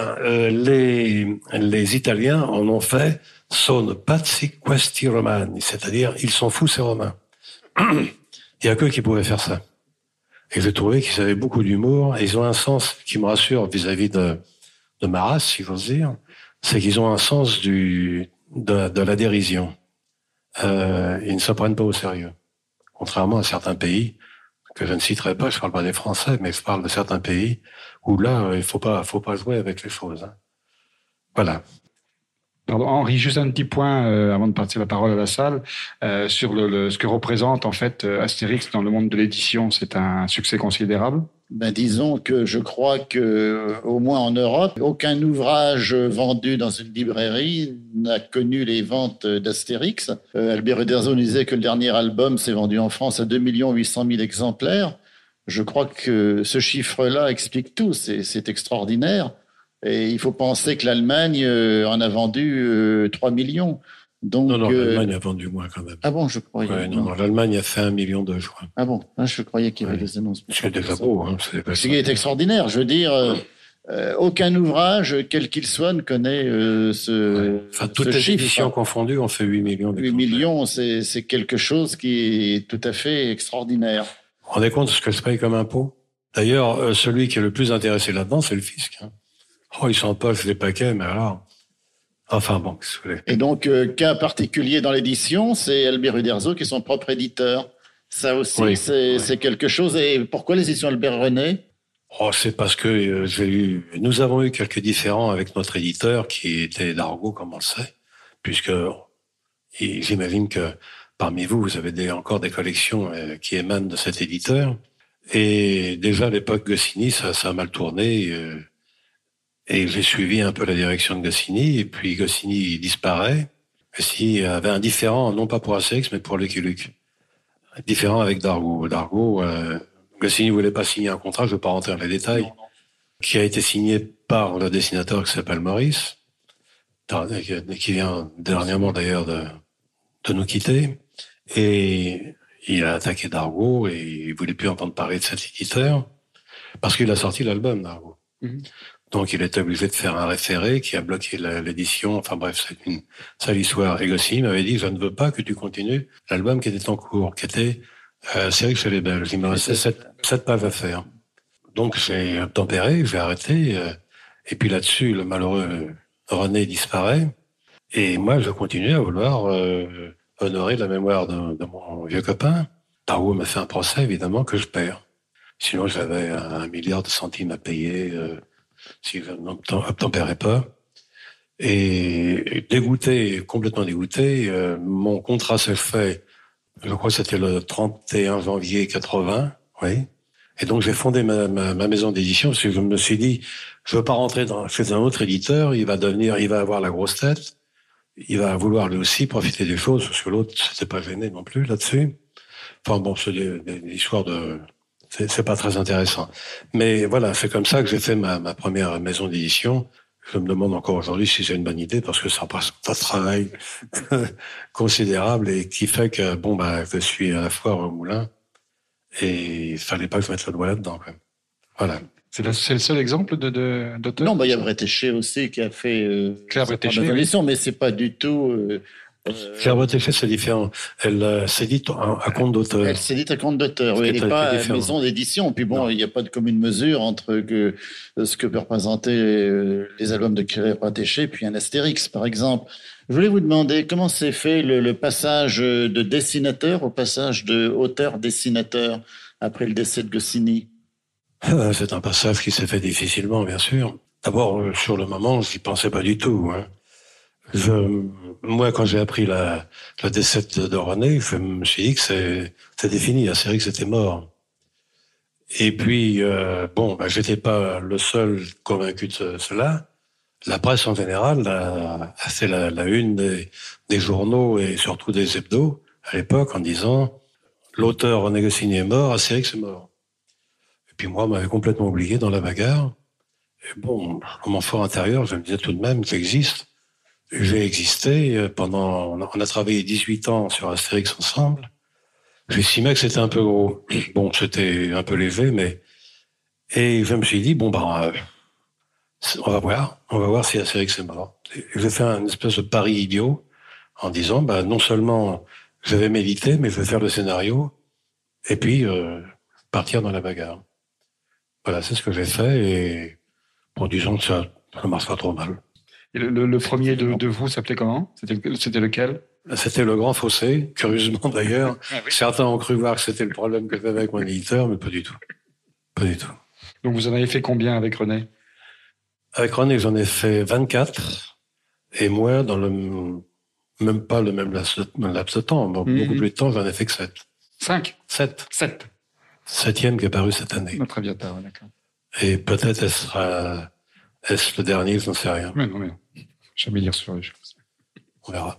les Italiens en ont fait Sono pazzi questi romani, c'est-à-dire ils sont fous ces Romains. Il y a qu'eux qui pouvaient faire ça. Et j'ai trouvé qu'ils avaient beaucoup d'humour, et ils ont un sens qui me rassure vis-à-vis de ma race, si j'ose dire, c'est qu'ils ont un sens de la dérision. Ils ne se prennent pas au sérieux. Contrairement à certains pays que je ne citerai pas, je parle pas des Français, mais je parle de certains pays où là, il faut pas jouer avec les choses. Hein. Voilà. Pardon, Henri, juste un petit point avant de partir la parole à la salle sur ce que représente en fait Astérix dans le monde de l'édition. C'est un succès considérable. Ben, disons que je crois que, au moins en Europe, aucun ouvrage vendu dans une librairie n'a connu les ventes d'Astérix. Albert Uderzo nous disait que le dernier album s'est vendu en France à 2 800 000 exemplaires. Je crois que ce chiffre-là explique tout. C'est extraordinaire. Et il faut penser que l'Allemagne en a vendu 3 millions. Donc, non, l'Allemagne a vendu moins quand même. Ah bon, je croyais. Ouais, non, l'Allemagne a fait 1 million de, je crois. Ah bon, je croyais qu'il y avait des annonces. C'est déjà beau. Hein, ce qui est extraordinaire. Je veux dire, aucun ouvrage, quel qu'il soit, ne connaît Enfin, toutes les éditions confondues ont fait 8 millions. 8 millions, c'est quelque chose qui est tout à fait extraordinaire. Vous vous rendez compte de ce que je paye comme impôt? D'ailleurs, celui qui est le plus intéressé là-dedans, c'est le fisc. Hein. Oh, ils s'empochent les paquets, mais alors... Enfin bon, qu'est-ce que vous voulez. Et donc, cas particulier dans l'édition, c'est Albert Uderzo qui est son propre éditeur. Ça aussi, oui, c'est quelque chose. Et pourquoi les éditions Albert René? Oh, c'est parce que nous avons eu quelques différends avec notre éditeur qui était Dargaud, comme on le sait, puisque j'imagine que parmi vous, vous avez encore des collections qui émanent de cet éditeur. Et déjà à l'époque Goscinny, ça a mal tourné. Et j'ai suivi un peu la direction de Goscinny, et puis Goscinny disparaît. Goscinny avait un différend, non pas pour Astérix, mais pour Lucky Luke. Différent avec Dargaud. Goscinny voulait pas signer un contrat, je ne vais pas rentrer dans les détails, qui a été signé par le dessinateur qui s'appelle Maurice. qui vient dernièrement d'ailleurs de nous quitter. Et il a attaqué Dargaud et il voulait plus entendre parler de cet éditeur parce qu'il a sorti l'album, Dargaud. Donc il était obligé de faire un référé qui a bloqué l'édition. Enfin bref, c'est une sale histoire. Et Goscinny m'avait dit, je ne veux pas que tu continues l'album qui était en cours, qui était Astérix et les Belges. Il me restait 7 pages à faire. Donc j'ai obtempéré, j'ai arrêté. Et puis là-dessus, le malheureux René disparaît. Et moi, je continue à vouloir honorer la mémoire de mon vieux copain. Dargaud m'a fait un procès, évidemment, que je perds. Sinon, j'avais 1 milliard de centimes à payer si je n'obtempérais pas. Et dégoûté, complètement dégoûté, mon contrat s'est fait, je crois que c'était le 31 janvier 80, oui. Et donc, j'ai fondé ma maison d'édition parce que je me suis dit, je veux pas rentrer chez un autre éditeur, il va avoir la grosse tête, il va vouloir lui aussi profiter des choses, parce que l'autre s'était pas gêné non plus là-dessus. Enfin bon, c'est des histoires c'est pas très intéressant. Mais voilà, c'est comme ça que j'ai fait ma première maison d'édition. Je me demande encore aujourd'hui si c'est une bonne idée, parce que ça passe un travail considérable et qui fait que, je suis à la fois au moulin et il fallait pas que je mette le doigt là-dedans, quand même. Voilà. C'est le seul exemple d'auteur? Non, il y a Bretéché aussi qui a fait Claire Bretéché, mais c'est pas du tout. Claire Bretéché, c'est différent. Elle s'édite à compte d'auteur. Elle s'édite à compte d'auteur. Oui, elle n'est pas maison d'édition. Puis bon, il n'y a pas de commune mesure entre ce que peut représenter les albums de Claire Bretéché puis un Astérix, par exemple. Je voulais vous demander comment s'est fait le passage de dessinateur au passage de auteur-dessinateur après le décès de Goscinny. C'est un passage qui s'est fait difficilement, bien sûr. D'abord, sur le moment, je n'y pensais pas du tout. Moi, quand j'ai appris le décès de René, je me suis dit que c'était fini. Astérix était mort. Et puis, j'étais pas le seul convaincu de cela. La presse en général a fait la une des journaux et surtout des hebdos à l'époque en disant l'auteur René Goscinny est mort, Astérix est mort. Et puis moi, on m'avait complètement oublié dans la bagarre. Et bon, dans mon fort intérieur, je me disais tout de même que j'existe. J'ai existé on a travaillé 18 ans sur Astérix ensemble. J'estimais que c'était un peu gros. Bon, c'était un peu léger, et je me suis dit, on va voir si Astérix est mort. Et j'ai fait un espèce de pari idiot en disant, non seulement je vais méditer, mais je vais faire le scénario, et puis partir dans la bagarre. Voilà, c'est ce que j'ai fait, et disons que ça marche pas trop mal. Et le premier de vous s'appelait comment? C'était lequel? C'était Le Grand Fossé, curieusement d'ailleurs. Ah oui. Certains ont cru voir que c'était le problème que j'avais avec mon éditeur, mais pas du tout. Pas du tout. Donc vous en avez fait combien avec René? Avec René, j'en ai fait 24, et moi, dans même pas le même laps de temps, beaucoup plus de temps, j'en ai fait que 7. 5? 7. 7. 7e qui est paru cette année. Très bien tard, d'accord. Et peut-être est-ce le dernier, je n'en sais rien. Mais non. Jamais lire sur les choses. On verra.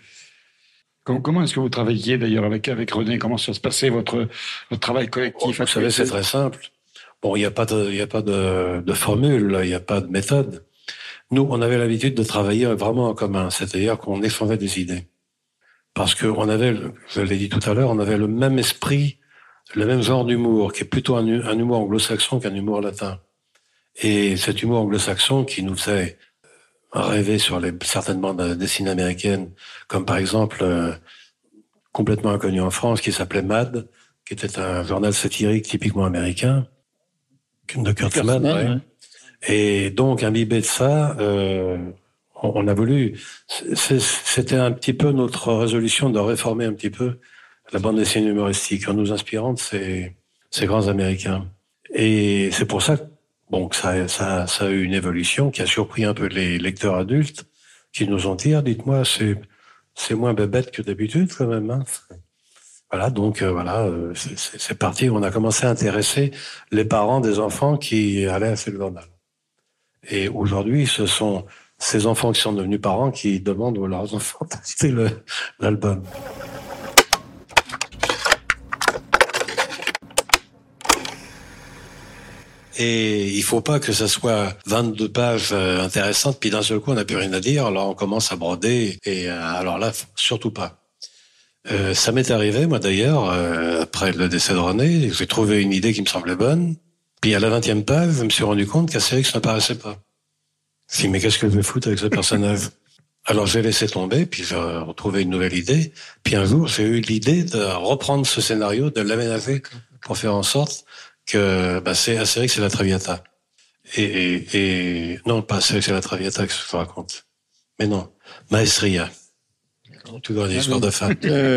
Comment est-ce que vous travailliez d'ailleurs avec René? Comment ça se passait votre travail collectif? Vous savez, c'est très simple. Bon, il n'y a pas de formule, il n'y a pas de méthode. Nous, on avait l'habitude de travailler vraiment en commun, c'est-à-dire qu'on échangeait des idées. Parce que je l'ai dit tout à l'heure, on avait le même esprit, le même genre d'humour, qui est plutôt un humour anglo-saxon qu'un humour latin. Et cet humour anglo-saxon qui nous faisait rêver sur certaines bandes dessinées américaines, comme par exemple, complètement inconnu en France, qui s'appelait Mad, qui était un journal satirique typiquement américain, de Kurtzman, ouais. Et donc, imbibé de ça, on a voulu... C'était un petit peu notre résolution de réformer un petit peu la bande dessinée humoristique, en nous inspirant de ces grands Américains. Et c'est pour ça que ça a eu une évolution qui a surpris un peu les lecteurs adultes, qui nous ont dit, dites-moi, c'est moins bébête que d'habitude, quand même, hein. Voilà, donc c'est parti. On a commencé à intéresser les parents des enfants qui allaient à ce journal. Et aujourd'hui, ce sont ces enfants qui sont devenus parents qui demandent à leurs enfants d'acheter l'album. Et il faut pas que ça soit 22 pages intéressantes, puis d'un seul coup, on n'a plus rien à dire, alors on commence à broder, et alors là, surtout pas. Ça m'est arrivé, moi d'ailleurs, après le décès de René, j'ai trouvé une idée qui me semblait bonne, puis à la 20e page, je me suis rendu compte qu'Astérix n'apparaissait pas. Je me suis dit, mais qu'est-ce que je vais foutre avec ce personnage? Alors j'ai laissé tomber, puis j'ai retrouvé une nouvelle idée, puis un jour, j'ai eu l'idée de reprendre ce scénario, de l'aménager, pour faire en sorte que c'est Astérix et la Traviata. Et non, pas Astérix et la Traviata que je raconte. Mais non, Maestria. Toujours une histoire de femme.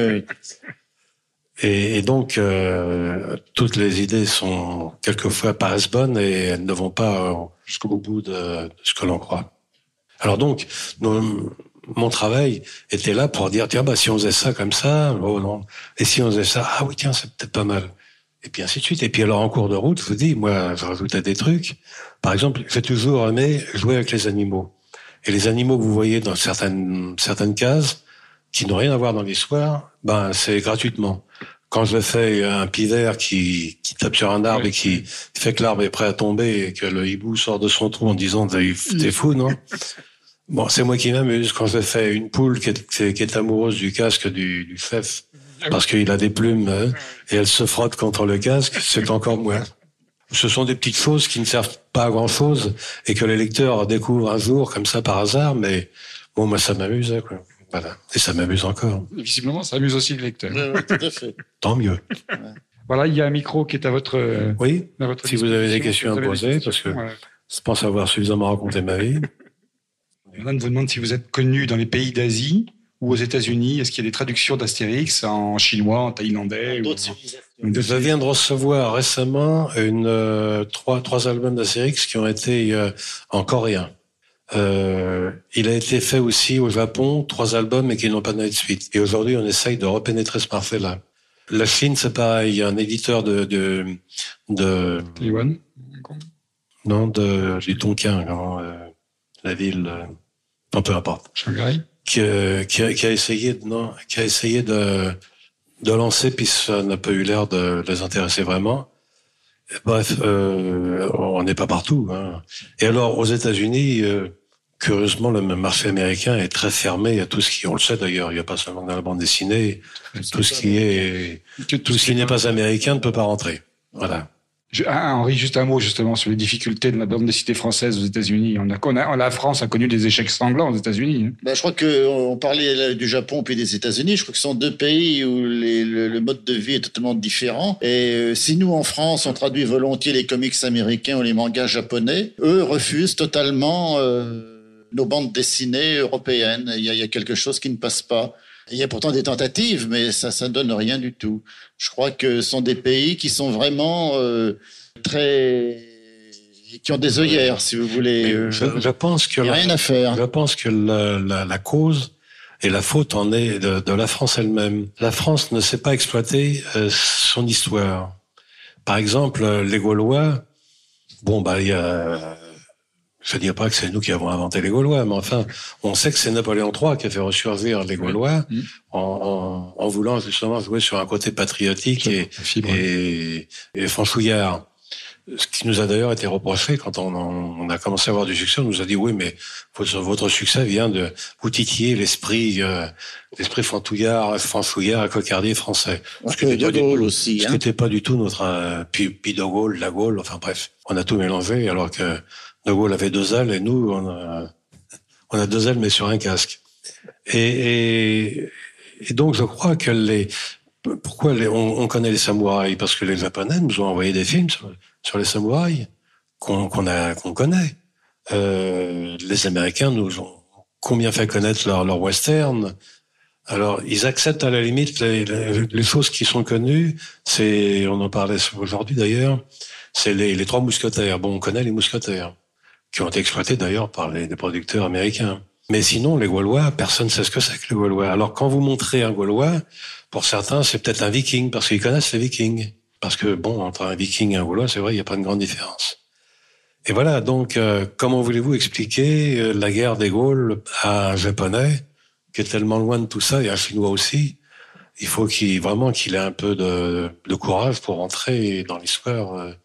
Et donc, toutes les idées sont quelquefois paraissent bonnes et elles ne vont pas jusqu'au bout de ce que l'on croit. Alors donc, mon travail était là pour dire, tiens, si on faisait ça comme ça, oh non. Et si on faisait ça, ah oui, tiens, c'est peut-être pas mal. Et puis ainsi de suite. Et puis alors en cours de route, je vous dis, moi, je rajoutais des trucs. Par exemple, j'ai toujours aimé jouer avec les animaux. Et les animaux que vous voyez dans certaines cases, qui n'ont rien à voir dans l'histoire, c'est gratuitement. Quand je fais un pivert qui tape sur un arbre et qui fait que l'arbre est prêt à tomber et que le hibou sort de son trou en disant, t'es fou, non? Bon, c'est moi qui m'amuse. Quand je fais une poule qui est amoureuse du casque du chef, parce qu'il a des plumes, et elle se frotte contre le casque, c'est encore moins. Ce sont des petites choses qui ne servent pas à grand chose et que les lecteurs découvrent un jour comme ça par hasard, mais bon, moi ça m'amusait, quoi. Voilà. Et ça m'amuse encore. Visiblement, ça amuse aussi le lecteur. Oui, tout à fait. Tant mieux. Ouais. Voilà, il y a un micro qui est à votre. Oui. À votre si vous avez des questions à poser, parce que je pense avoir suffisamment raconté ma vie. Madame vous demande si vous êtes connu dans les pays d'Asie ou aux États-Unis. Est-ce qu'il y a des traductions d'Astérix en chinois, en thaïlandais Je viens de recevoir récemment trois albums d'Astérix qui ont été en coréen. Il a été fait aussi au Japon, 3 albums et qui n'ont pas donné de suite. Et aujourd'hui, on essaye de repénétrer ce marché-là. La Chine, c'est pareil. Il y a un éditeur de Taïwan. Non, du Tonkin, la ville. Non, peu importe. Shanghai. Qui a essayé de lancer, puis ça n'a pas eu l'air de les intéresser vraiment. Bref, on n'est pas partout. Hein. Et alors, aux États-Unis, curieusement, le marché américain est très fermé à tout ce qui, on le sait d'ailleurs, il n'y a pas seulement dans la bande dessinée, tout ce qui n'est pas américain ne peut pas rentrer. Voilà. Henri, juste un mot justement sur les difficultés de la bande dessinée française aux États-Unis. La France a connu des échecs sanglants aux États-Unis. Je crois qu'on parlait du Japon puis des États-Unis. Je crois que ce sont 2 pays où le mode de vie est totalement différent. Et si nous, en France, on traduit volontiers les comics américains ou les mangas japonais, eux refusent totalement nos bandes dessinées européennes. Il y a quelque chose qui ne passe pas. Il y a pourtant des tentatives, mais ça ne donne rien du tout. Je crois que ce sont des pays qui sont vraiment qui ont des œillères, si vous voulez. Je pense que il n'y a rien à faire. Je pense que la cause et la faute en est de la France elle-même. La France ne sait pas exploiter son histoire. Par exemple, les Gaulois, il y a... Je ne dis pas que c'est nous qui avons inventé les Gaulois, mais enfin, on sait que c'est Napoléon III qui a fait ressurgir les Gaulois en voulant justement jouer sur un côté patriotique et franchouillard. Ce qui nous a d'ailleurs été reproché quand on a commencé à avoir du succès. On nous a dit, oui, mais votre succès vient de vous titiller l'esprit franchouillard, cocardier français. Ce qui n'était pas du tout notre... Puis de Gaulle, la Gaule, enfin bref, on a tout mélangé alors que De Gaulle avait 2 ailes et nous, on a 2 ailes mais sur un casque. Et donc je crois que pourquoi on connaît les samouraïs? Parce que les Japonais nous ont envoyé des films sur les samouraïs qu'on connaît. Les Américains nous ont combien fait connaître leur western. Alors ils acceptent à la limite les choses qui sont connues. On en parlait aujourd'hui d'ailleurs. C'est les 3 mousquetaires. Bon, on connaît les mousquetaires, qui ont été exploités d'ailleurs par des producteurs américains. Mais sinon, les Gaulois, personne ne sait ce que c'est que les Gaulois. Alors quand vous montrez un Gaulois, pour certains, c'est peut-être un Viking, parce qu'ils connaissent les Vikings. Parce que, entre un Viking et un Gaulois, c'est vrai, il n'y a pas de grande différence. Et voilà, donc, comment voulez-vous expliquer la guerre des Gaules à un Japonais, qui est tellement loin de tout ça, et un Chinois aussi? Il faut qu'il ait un peu de courage pour entrer dans l'histoire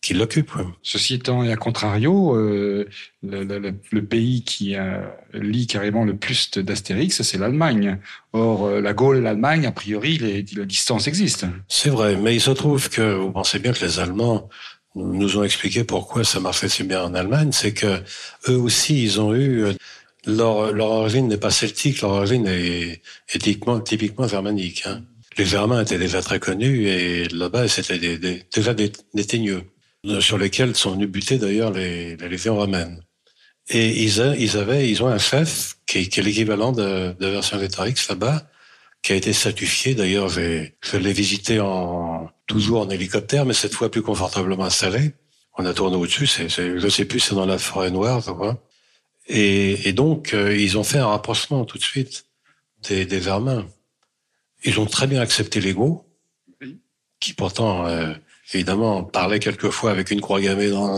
l'occupe. Ouais. Ceci étant, et à contrario, le pays qui lit carrément le plus d'Astérix, c'est l'Allemagne. Or, la Gaule et l'Allemagne, a priori, la distance existe. C'est vrai, mais il se trouve que vous pensez bien que les Allemands nous ont expliqué pourquoi ça marchait si bien en Allemagne, c'est que eux aussi, ils ont eu leur origine n'est pas celtique, leur origine est typiquement germanique. Hein. Les Germains étaient déjà très connus et là-bas, c'était déjà des Teigneux, sur lesquels sont venus buter d'ailleurs les légions romaines. Et ils ont un chef qui est l'équivalent de Vercingétorix là-bas, qui a été statufié. D'ailleurs, je l'ai visité toujours en hélicoptère, mais cette fois plus confortablement installé. On a tourné au-dessus, je sais plus, c'est dans la forêt noire, je crois. Et donc, ils ont fait un rapprochement tout de suite des Germains. Ils ont très bien accepté les Goths, qui pourtant, évidemment, parlaient quelquefois avec une croix gammée dans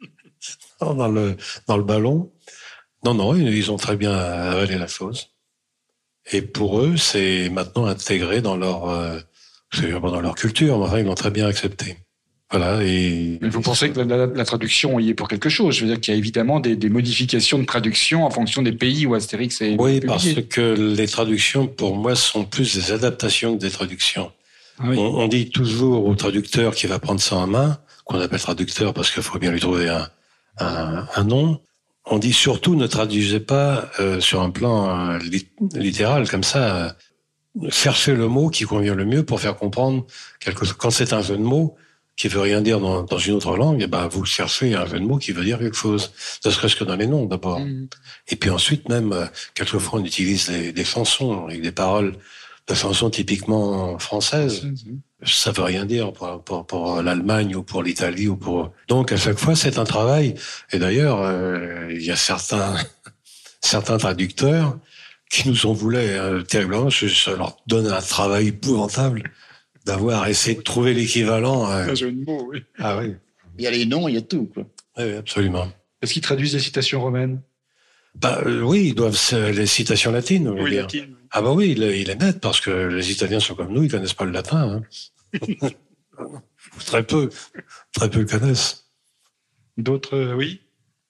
le ballon. Non, ils ont très bien avalé la chose. Et pour eux, c'est maintenant intégré dans leur culture. Enfin, ils l'ont très bien accepté. Voilà. Et mais vous pensez que la traduction y est pour quelque chose? Je veux dire qu'il y a évidemment des modifications de traduction en fonction des pays où Astérix est oui, publié. parce que les traductions, pour moi, sont plus des adaptations que des traductions. Ah oui. On dit toujours au traducteur qui va prendre ça en main, qu'on appelle traducteur parce qu'il faut bien lui trouver un nom. On dit surtout ne traduisez pas sur un plan littéral comme ça. Cherchez le mot qui convient le mieux pour faire comprendre quelque chose. Quand c'est un jeu de mots qui veut rien dire dans une autre langue, eh ben vous cherchez un jeu de mots qui veut dire quelque chose. Ne serait-ce que dans les noms d'abord. Et puis ensuite même quelquefois on utilise des chansons avec des paroles de chansons typiquement françaises. Ça veut rien dire pour l'Allemagne ou pour l'Italie ou pour. Donc à chaque fois c'est un travail. Et d'ailleurs il y a certains traducteurs qui nous en voulaient terriblement. Ça leur donne un travail épouvantable d'avoir essayé de trouver l'équivalent. Un jeu de mots, oui. Ah oui. Il y a les noms, il y a tout, quoi. Oui, absolument. Est-ce qu'ils traduisent les citations romaines? Oui, ils doivent les citations latines. Oui, latines. Ah oui, il est net parce que les Italiens sont comme nous, ils connaissent pas le latin. Hein. Très peu le connaissent. D'autres, oui.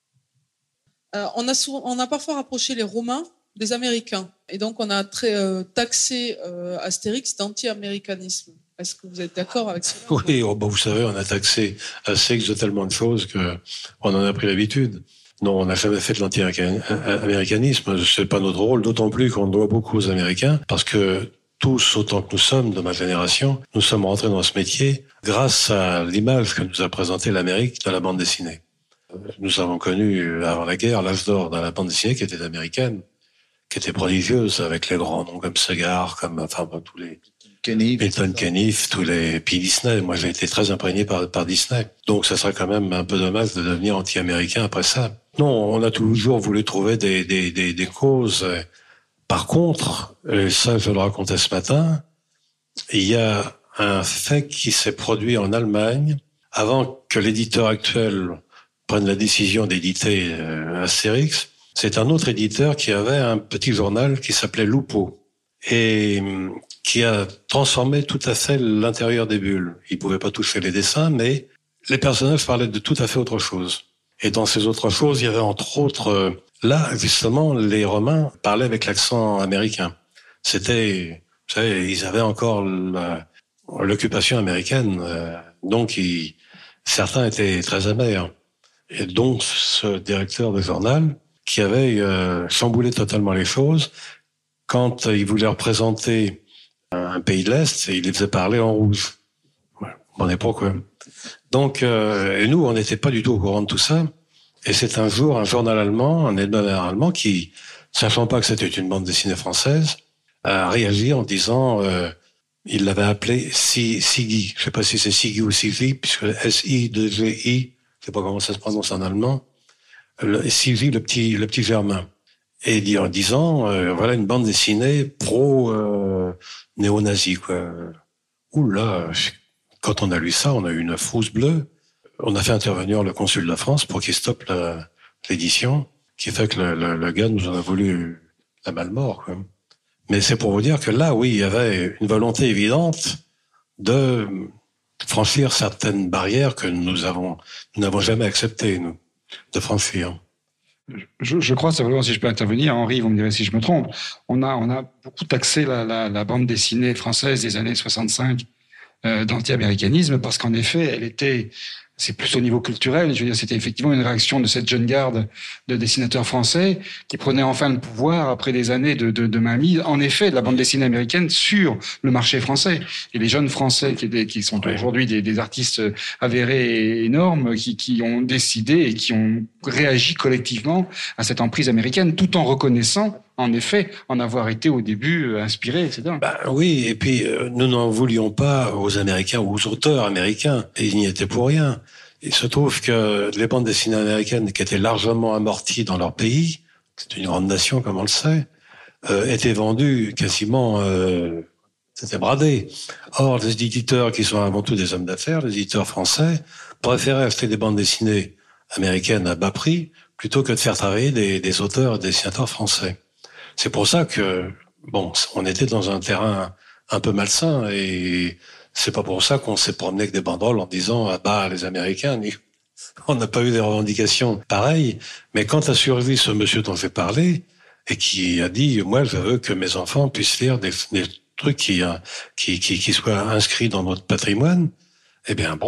On a parfois rapproché les Romains des Américains. Et donc, on a taxé Astérix d'anti-américanisme. Est-ce que vous êtes d'accord avec cela? Oui, vous savez, on a taxé Astérix de tellement de choses qu'on en a pris l'habitude. Non, on n'a jamais fait de l'anti-américanisme. C'est pas notre rôle, d'autant plus qu'on doit beaucoup aux Américains, parce que tous, autant que nous sommes, de ma génération, nous sommes rentrés dans ce métier grâce à l'image que nous a présentée l'Amérique dans la bande dessinée. Nous avons connu, avant la guerre, l'âge d'or dans la bande dessinée qui était américaine, qui était prodigieuse, avec les grands noms comme Segar, comme tous les Milton Caniff, puis Disney. Moi, j'ai été très imprégné par Disney. Donc, ça serait quand même un peu dommage de devenir anti-américain après ça. Non, on a toujours voulu trouver des causes. Par contre, et ça, je le racontais ce matin, il y a un fait qui s'est produit en Allemagne avant que l'éditeur actuel prenne la décision d'éditer Astérix. C'est un autre éditeur qui avait un petit journal qui s'appelait Lupo et qui a transformé tout à fait l'intérieur des bulles. Il pouvait pas toucher les dessins, mais les personnages parlaient de tout à fait autre chose. Et dans ces autres choses, il y avait entre autres, là, justement, les Romains parlaient avec l'accent américain. C'était, vous savez, ils avaient encore l'occupation américaine, donc certains étaient très amers. Et donc, ce directeur de journal, qui avait chamboulé totalement les choses, quand il voulait représenter un pays de l'Est, il les faisait parler en rouge. Ouais, on est pourquoi. Donc, et nous, on n'était pas du tout au courant de tout ça. Et c'est un jour, un journal allemand, un hebdomadaire allemand, qui, sachant pas que c'était une bande dessinée française, a réagi en disant, il l'avait appelé Sigi. Je sais pas si c'est Sigi ou Sigi, puisque S-I-2-G-I, je sais pas comment ça se prononce en allemand. Sigi, le petit Germain. Et dit en disant, voilà une bande dessinée pro-néo-nazi, quoi. Oula, quand on a lu ça, on a eu une frousse bleue. On a fait intervenir le consul de la France pour qu'il stoppe l'édition, qui fait que le gars nous en a voulu la malmort, quoi. Mais c'est pour vous dire que là, oui, il y avait une volonté évidente de franchir certaines barrières que nous n'avons jamais accepté, nous, de franchir. Je crois, simplement, si je peux intervenir, Henri, vous me direz si je me trompe, on a beaucoup taxé la bande dessinée française des années 65 d'anti-américanisme, parce qu'en effet, c'est plus au niveau culturel, je veux dire, c'était effectivement une réaction de cette jeune garde de dessinateurs français qui prenaient enfin le pouvoir après des années de mainmise, en effet, de la bande dessinée américaine sur le marché français. Et les jeunes Français qui sont aujourd'hui des artistes avérés et énormes, qui ont décidé et qui ont réagi collectivement à cette emprise américaine, tout en reconnaissant, en effet, en avoir été au début inspiré, etc. Oui, et puis nous n'en voulions pas aux Américains ou aux auteurs américains, et ils n'y étaient pour rien. Il se trouve que les bandes dessinées américaines, qui étaient largement amorties dans leur pays, c'est une grande nation comme on le sait, étaient vendues quasiment, c'était bradé. Or, les éditeurs qui sont avant tout des hommes d'affaires, les éditeurs français, préféraient acheter des bandes dessinées américaines à bas prix plutôt que de faire travailler des auteurs et des dessinateurs français. C'est pour ça que, on était dans un terrain un peu malsain, et c'est pas pour ça qu'on s'est promené avec des banderoles en disant les Américains. On n'a pas eu des revendications pareilles. Mais quand a survécu ce monsieur dont j'ai parlé et qui a dit, moi, je veux que mes enfants puissent lire des trucs qui soient inscrits dans notre patrimoine, eh bien,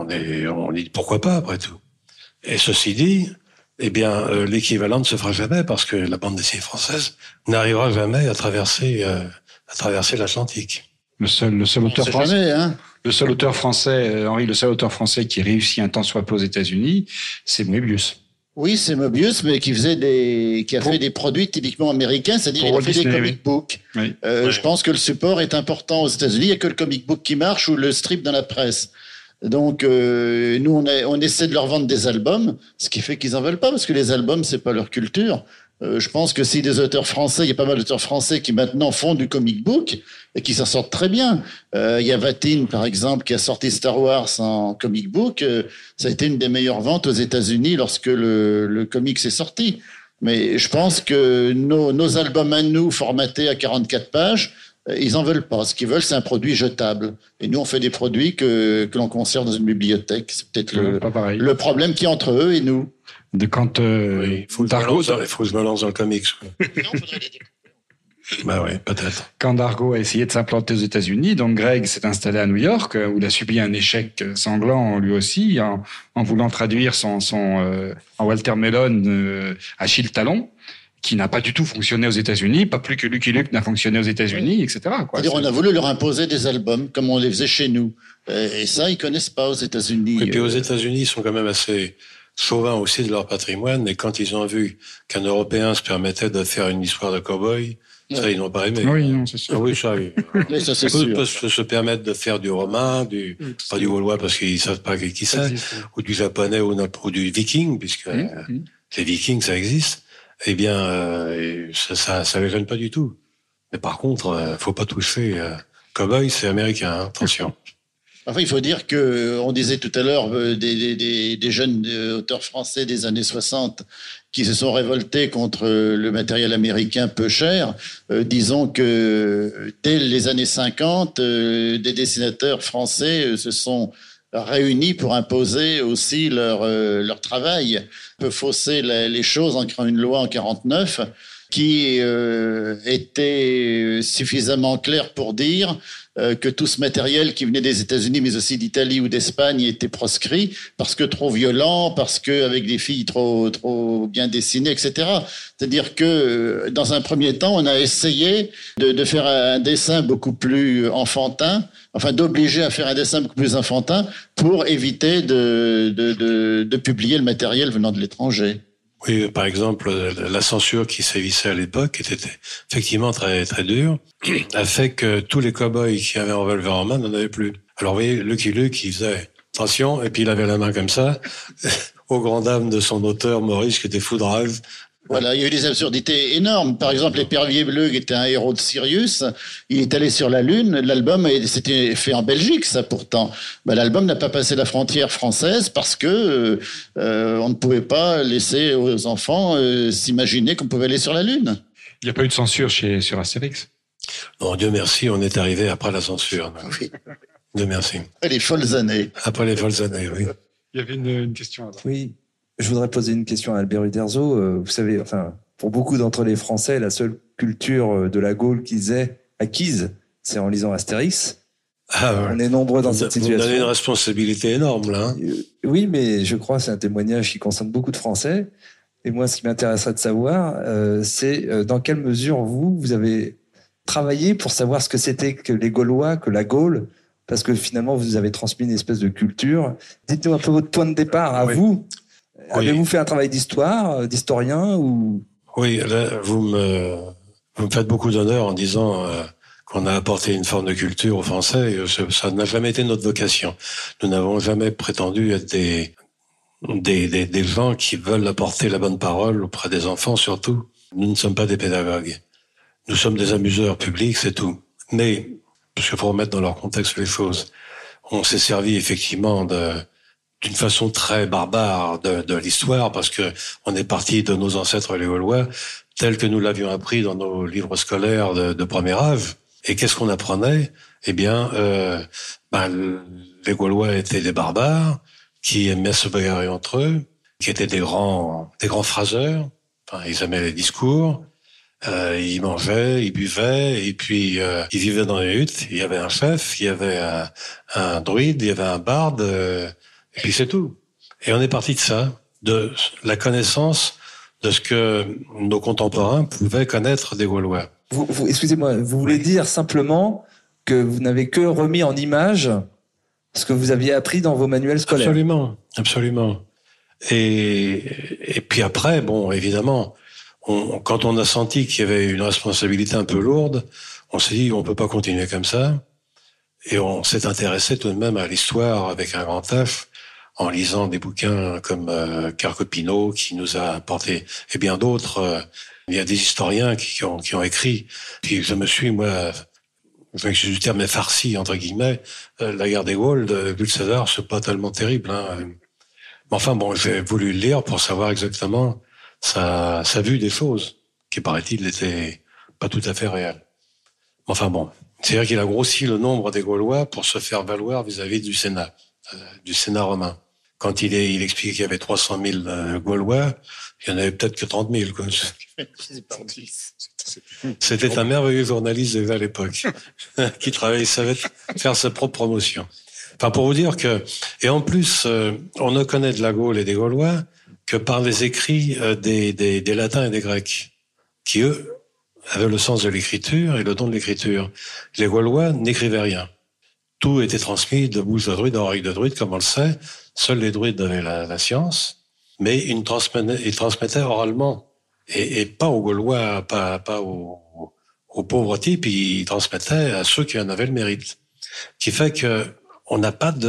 on dit pourquoi pas après tout. Et ceci dit, l'équivalent ne se fera jamais, parce que la bande dessinée française n'arrivera jamais à traverser l'Atlantique. Le seul auteur français, jamais, hein. Le seul auteur français, Henri, le seul auteur français qui réussit un tant soit peu aux États-Unis, c'est Moebius. Oui, c'est Moebius, mais qui a fait des produits typiquement américains, c'est-à-dire il a fait des comic books. Oui. Je pense que le support est important aux États-Unis. Il n'y a que le comic book qui marche, ou le strip dans la presse. Donc nous on essaie de leur vendre des albums, ce qui fait qu'ils en veulent pas, parce que les albums c'est pas leur culture. Je pense que si des auteurs français, il y a pas mal d'auteurs français qui maintenant font du comic book et qui s'en sortent très bien. Il y a Vatine par exemple qui a sorti Star Wars en comic book. Ça a été une des meilleures ventes aux États-Unis lorsque le comics est sorti. Mais je pense que nos albums à nous formatés à 44 pages, ils en veulent pas. Ce qu'ils veulent, c'est un produit jetable. Et nous, on fait des produits que l'on conserve dans une bibliothèque. C'est peut-être le problème qu'il y a entre eux et nous. Il faut que je me lance dans le comics. Non, faudrait les découvrir. Oui, peut-être. Quand Dargaud a essayé de s'implanter aux États-Unis, donc Greg s'est installé à New York, où il a subi un échec sanglant lui aussi, en voulant traduire son en Walter Melon Achille Talon, qui n'a pas du tout fonctionné aux États-Unis, pas plus que Lucky Luke n'a fonctionné aux États-Unis, etc. C'est-à-dire, on a voulu leur imposer des albums, comme on les faisait chez nous. Et ça, ils connaissent pas aux États-Unis. Et puis aux États-Unis, ils sont quand même assez chauvins aussi de leur patrimoine. Et quand ils ont vu qu'un Européen se permettait de faire une histoire de cow-boy, ça, ils n'ont pas aimé. Oui, non, c'est sûr. Ah oui, ça, oui. Oui, ça, c'est Ils peuvent sûr. se permettre de faire du romain, pas du gaulois parce qu'ils savent pas qui c'est, ou du japonais ou du viking, puisque les vikings, ça existe. Eh bien, ça les gêne pas du tout. Mais par contre, faut pas toucher. Cowboy, c'est américain, hein, attention. Enfin, il faut dire que, on disait tout à l'heure, des jeunes auteurs français des années 60 qui se sont révoltés contre le matériel américain peu cher. Disons que dès les années 50, des dessinateurs français se sont réunis pour imposer aussi leur travail. On peut fausser les choses en créant une loi en 49 qui était suffisamment claire pour dire que tout ce matériel qui venait des États-Unis, mais aussi d'Italie ou d'Espagne, était proscrit parce que trop violent, parce que avec des filles trop bien dessinées, etc. C'est-à-dire que dans un premier temps, on a essayé de faire un dessin beaucoup plus enfantin, enfin d'obliger à faire un dessin beaucoup plus enfantin pour éviter de publier le matériel venant de l'étranger. Oui, par exemple, la censure qui sévissait à l'époque était effectivement très très dure, a fait que tous les cow-boys qui avaient un revolver en main n'en avaient plus. Alors vous voyez, Lucky Luke, il faisait attention, et puis il avait la main comme ça, aux grandes dames de son auteur Maurice, qui était foudrage. Voilà, il y a eu des absurdités énormes. Par exemple, l'épervier bleu, qui était un héros de Sirius, il est allé sur la Lune. L'album, c'était fait en Belgique, ça pourtant. L'album n'a pas passé la frontière française parce que on ne pouvait pas laisser aux enfants s'imaginer qu'on pouvait aller sur la Lune. Il n'y a pas eu de censure sur Astérix. Non, Dieu merci, on est arrivé après la censure. Oui. Dieu merci. Et les folles années. Après les folles années, oui. Il y avait une question là-bas. Oui, je voudrais poser une question à Albert Uderzo. Vous savez, enfin, pour beaucoup d'entre les Français, la seule culture de la Gaule qu'ils aient acquise, c'est en lisant Astérix. On est nombreux dans cette situation. Vous avez une responsabilité énorme, là. Oui, mais je crois que c'est un témoignage qui concerne beaucoup de Français. Et moi, ce qui m'intéresserait de savoir, c'est dans quelle mesure vous avez travaillé pour savoir ce que c'était que les Gaulois, que la Gaule, parce que finalement, vous avez transmis une espèce de culture. Dites-nous un peu votre point de départ à vous. Avez-vous fait un travail d'histoire, d'historien ou... Oui, là, vous me faites beaucoup d'honneur en disant qu'on a apporté une forme de culture aux Français. Ça n'a jamais été notre vocation. Nous n'avons jamais prétendu être des gens qui veulent apporter la bonne parole auprès des enfants, surtout. Nous ne sommes pas des pédagogues. Nous sommes des amuseurs publics, c'est tout. Mais, parce qu'il faut remettre dans leur contexte les choses, on s'est servi effectivement d'une façon très barbare de l'histoire, parce que on est parti de nos ancêtres les Gaulois, tels que nous l'avions appris dans nos livres scolaires de premier âge. Et qu'est-ce qu'on apprenait? Eh bien, les Gaulois étaient des barbares, qui aimaient se bagarrer entre eux, qui étaient des grands phraseurs. Enfin, ils aimaient les discours. Ils mangeaient, ils buvaient, et puis ils vivaient dans les huttes. Il y avait un chef, il y avait un druide, il y avait un barde, et puis c'est tout. Et on est parti de ça, de la connaissance de ce que nos contemporains pouvaient connaître des Gaulois. Excusez-moi, vous voulez dire simplement que vous n'avez que remis en image ce que vous aviez appris dans vos manuels scolaires? Absolument, absolument. Et puis après, bon, évidemment, quand on a senti qu'il y avait une responsabilité un peu lourde, on s'est dit on peut pas continuer comme ça, et on s'est intéressé tout de même à l'histoire avec un grand H, en lisant des bouquins comme Carcopino qui nous a apporté, et bien d'autres. Il y a des historiens qui ont écrit. Puis je me suis, moi, je m'excuse du terme, mais farci entre guillemets. La guerre des Gaules de Jules César, c'est pas tellement terrible. Hein. Mais enfin bon, j'ai voulu le lire pour savoir exactement sa vue des choses, qui paraît-il n'était pas tout à fait réelle. Enfin bon, c'est-à-dire qu'il a grossi le nombre des Gaulois pour se faire valoir vis-à-vis du Sénat romain. Quand il explique qu'il y avait 300 000 Gaulois, il y en avait peut-être que 30 000. Quoi. C'était un merveilleux journaliste déjà à l'époque, qui savait faire sa propre promotion. Enfin, pour vous dire que, et en plus, on ne connaît de la Gaule et des Gaulois que par les écrits des Latins et des Grecs, qui eux avaient le sens de l'écriture et le don de l'écriture. Les Gaulois n'écrivaient rien. Tout était transmis de bouche de druide en oreille de druide, comme on le sait. Seuls les druides avaient la science, mais ils transmettaient oralement, et pas aux Gaulois, pas aux pauvres types, ils transmettaient à ceux qui en avaient le mérite. Qui fait que on n'a pas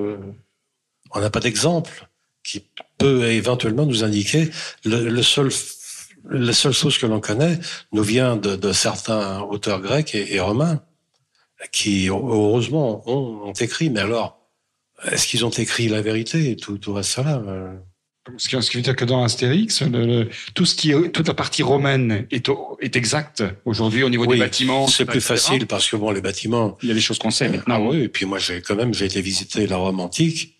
d'exemple qui peut éventuellement nous indiquer la seule chose que l'on connaît nous vient de certains auteurs grecs et romains qui, heureusement, ont écrit. Mais alors, est-ce qu'ils ont écrit la vérité? Tout reste là. Ce qui veut dire que dans Astérix, toute la partie romaine est exacte aujourd'hui au niveau des bâtiments. C'est plus facile parce que bon, les bâtiments. Il y a des choses qu'on sait maintenant. Ah oui, et puis moi j'ai été visiter la Rome antique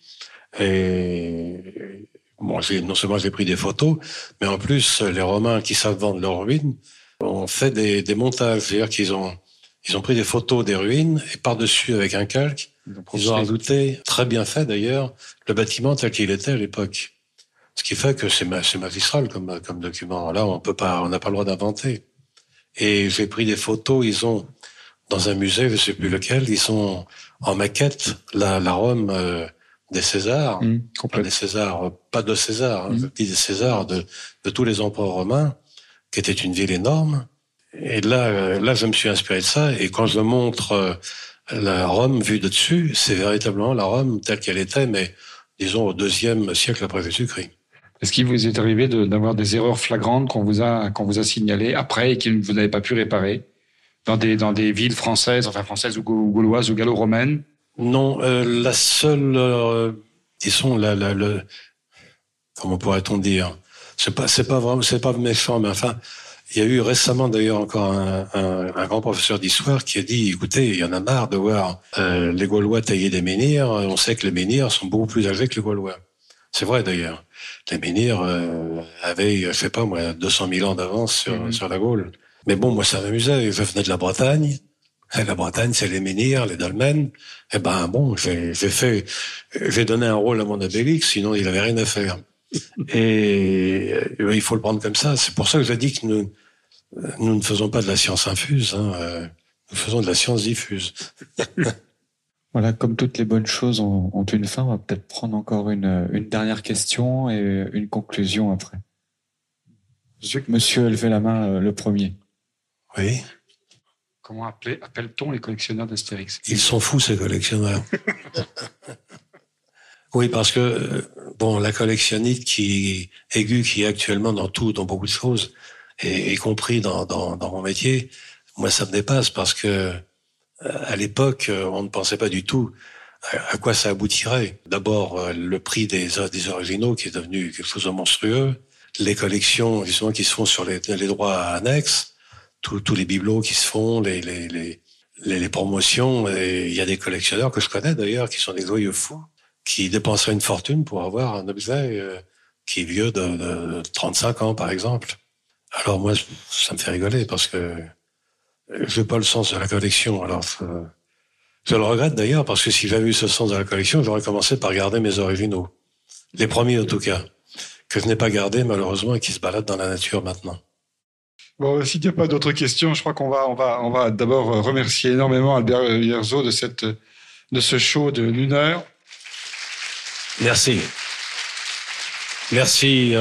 et bon, non seulement j'ai pris des photos, mais en plus les Romains qui savent vendre leurs ruines ont fait des montages, c'est-à-dire qu'ils ont pris des photos des ruines et par-dessus avec un calque, ils ont rajouté, très bien fait d'ailleurs, le bâtiment tel qu'il était à l'époque. Ce qui fait que c'est magistral comme document. Là, on n'a pas le droit d'inventer. Et j'ai pris des photos, ils ont, dans un musée, je sais plus lequel, ils ont en maquette la Rome des Césars. Pas des Césars, pas de César, je dis des Césars de tous les empereurs romains, qui était une ville énorme. Et là, je me suis inspiré de ça. Et quand je montre la Rome vue de dessus, c'est véritablement la Rome telle qu'elle était, mais disons au IIe siècle après Jésus-Christ. Est-ce qu'il vous est arrivé d'avoir des erreurs flagrantes qu'on vous a signalées après et que vous n'avez pas pu réparer dans des villes françaises, enfin françaises ou gauloises ou gallo-romaines? Non, la seule, disons comment pourrait-on dire, c'est pas méchant, mais enfin, Il y a eu récemment d'ailleurs encore un grand professeur d'histoire qui a dit, écoutez, il y en a marre de voir les Gaulois tailler des menhirs. On sait que les menhirs sont beaucoup plus âgés que les Gaulois. C'est vrai d'ailleurs. Les menhirs avaient, je sais pas moi, 200 000 ans d'avance sur la Gaule. Mais bon, moi ça m'amusait. Je venais de la Bretagne. Et la Bretagne, c'est les menhirs, les dolmens. Eh ben bon, j'ai donné un rôle à mon Obélix, sinon il avait rien à faire. Et il faut le prendre comme ça. C'est pour ça que j'ai dit que nous ne faisons pas de la science infuse, hein. Nous faisons de la science diffuse. Voilà, comme toutes les bonnes choses ont une fin, on va peut-être prendre encore une dernière question et une conclusion après. Je sais que monsieur a levé la main le premier. Oui. Comment appelle-t-on les collectionneurs d'Astérix? Ils sont fous, ces collectionneurs. Oui, parce que, bon, la collectionnite qui est actuellement dans beaucoup de choses, et y compris dans mon métier, moi, ça me dépasse parce que, à l'époque, on ne pensait pas du tout à quoi ça aboutirait. D'abord, le prix des originaux qui est devenu quelque chose de monstrueux, les collections, justement, qui se font sur les droits annexes, tous les bibelots qui se font, les promotions, et il y a des collectionneurs que je connais d'ailleurs, qui sont des joyeux fous, qui dépenseraient une fortune pour avoir un objet qui est vieux de 35 ans, par exemple. Alors moi, ça me fait rigoler parce que je n'ai pas le sens de la collection. Alors, je le regrette d'ailleurs parce que si j'avais eu ce sens de la collection, j'aurais commencé par garder mes originaux. Les premiers en tout cas, que je n'ai pas gardés malheureusement et qui se baladent dans la nature maintenant. Bon, s'il n'y a pas d'autres questions, je crois qu'on va d'abord remercier énormément Albert Uderzo de ce show de l'1 heure. Merci. Merci.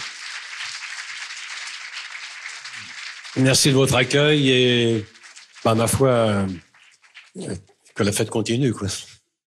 Merci de votre accueil et, ma foi, que la fête continue, quoi.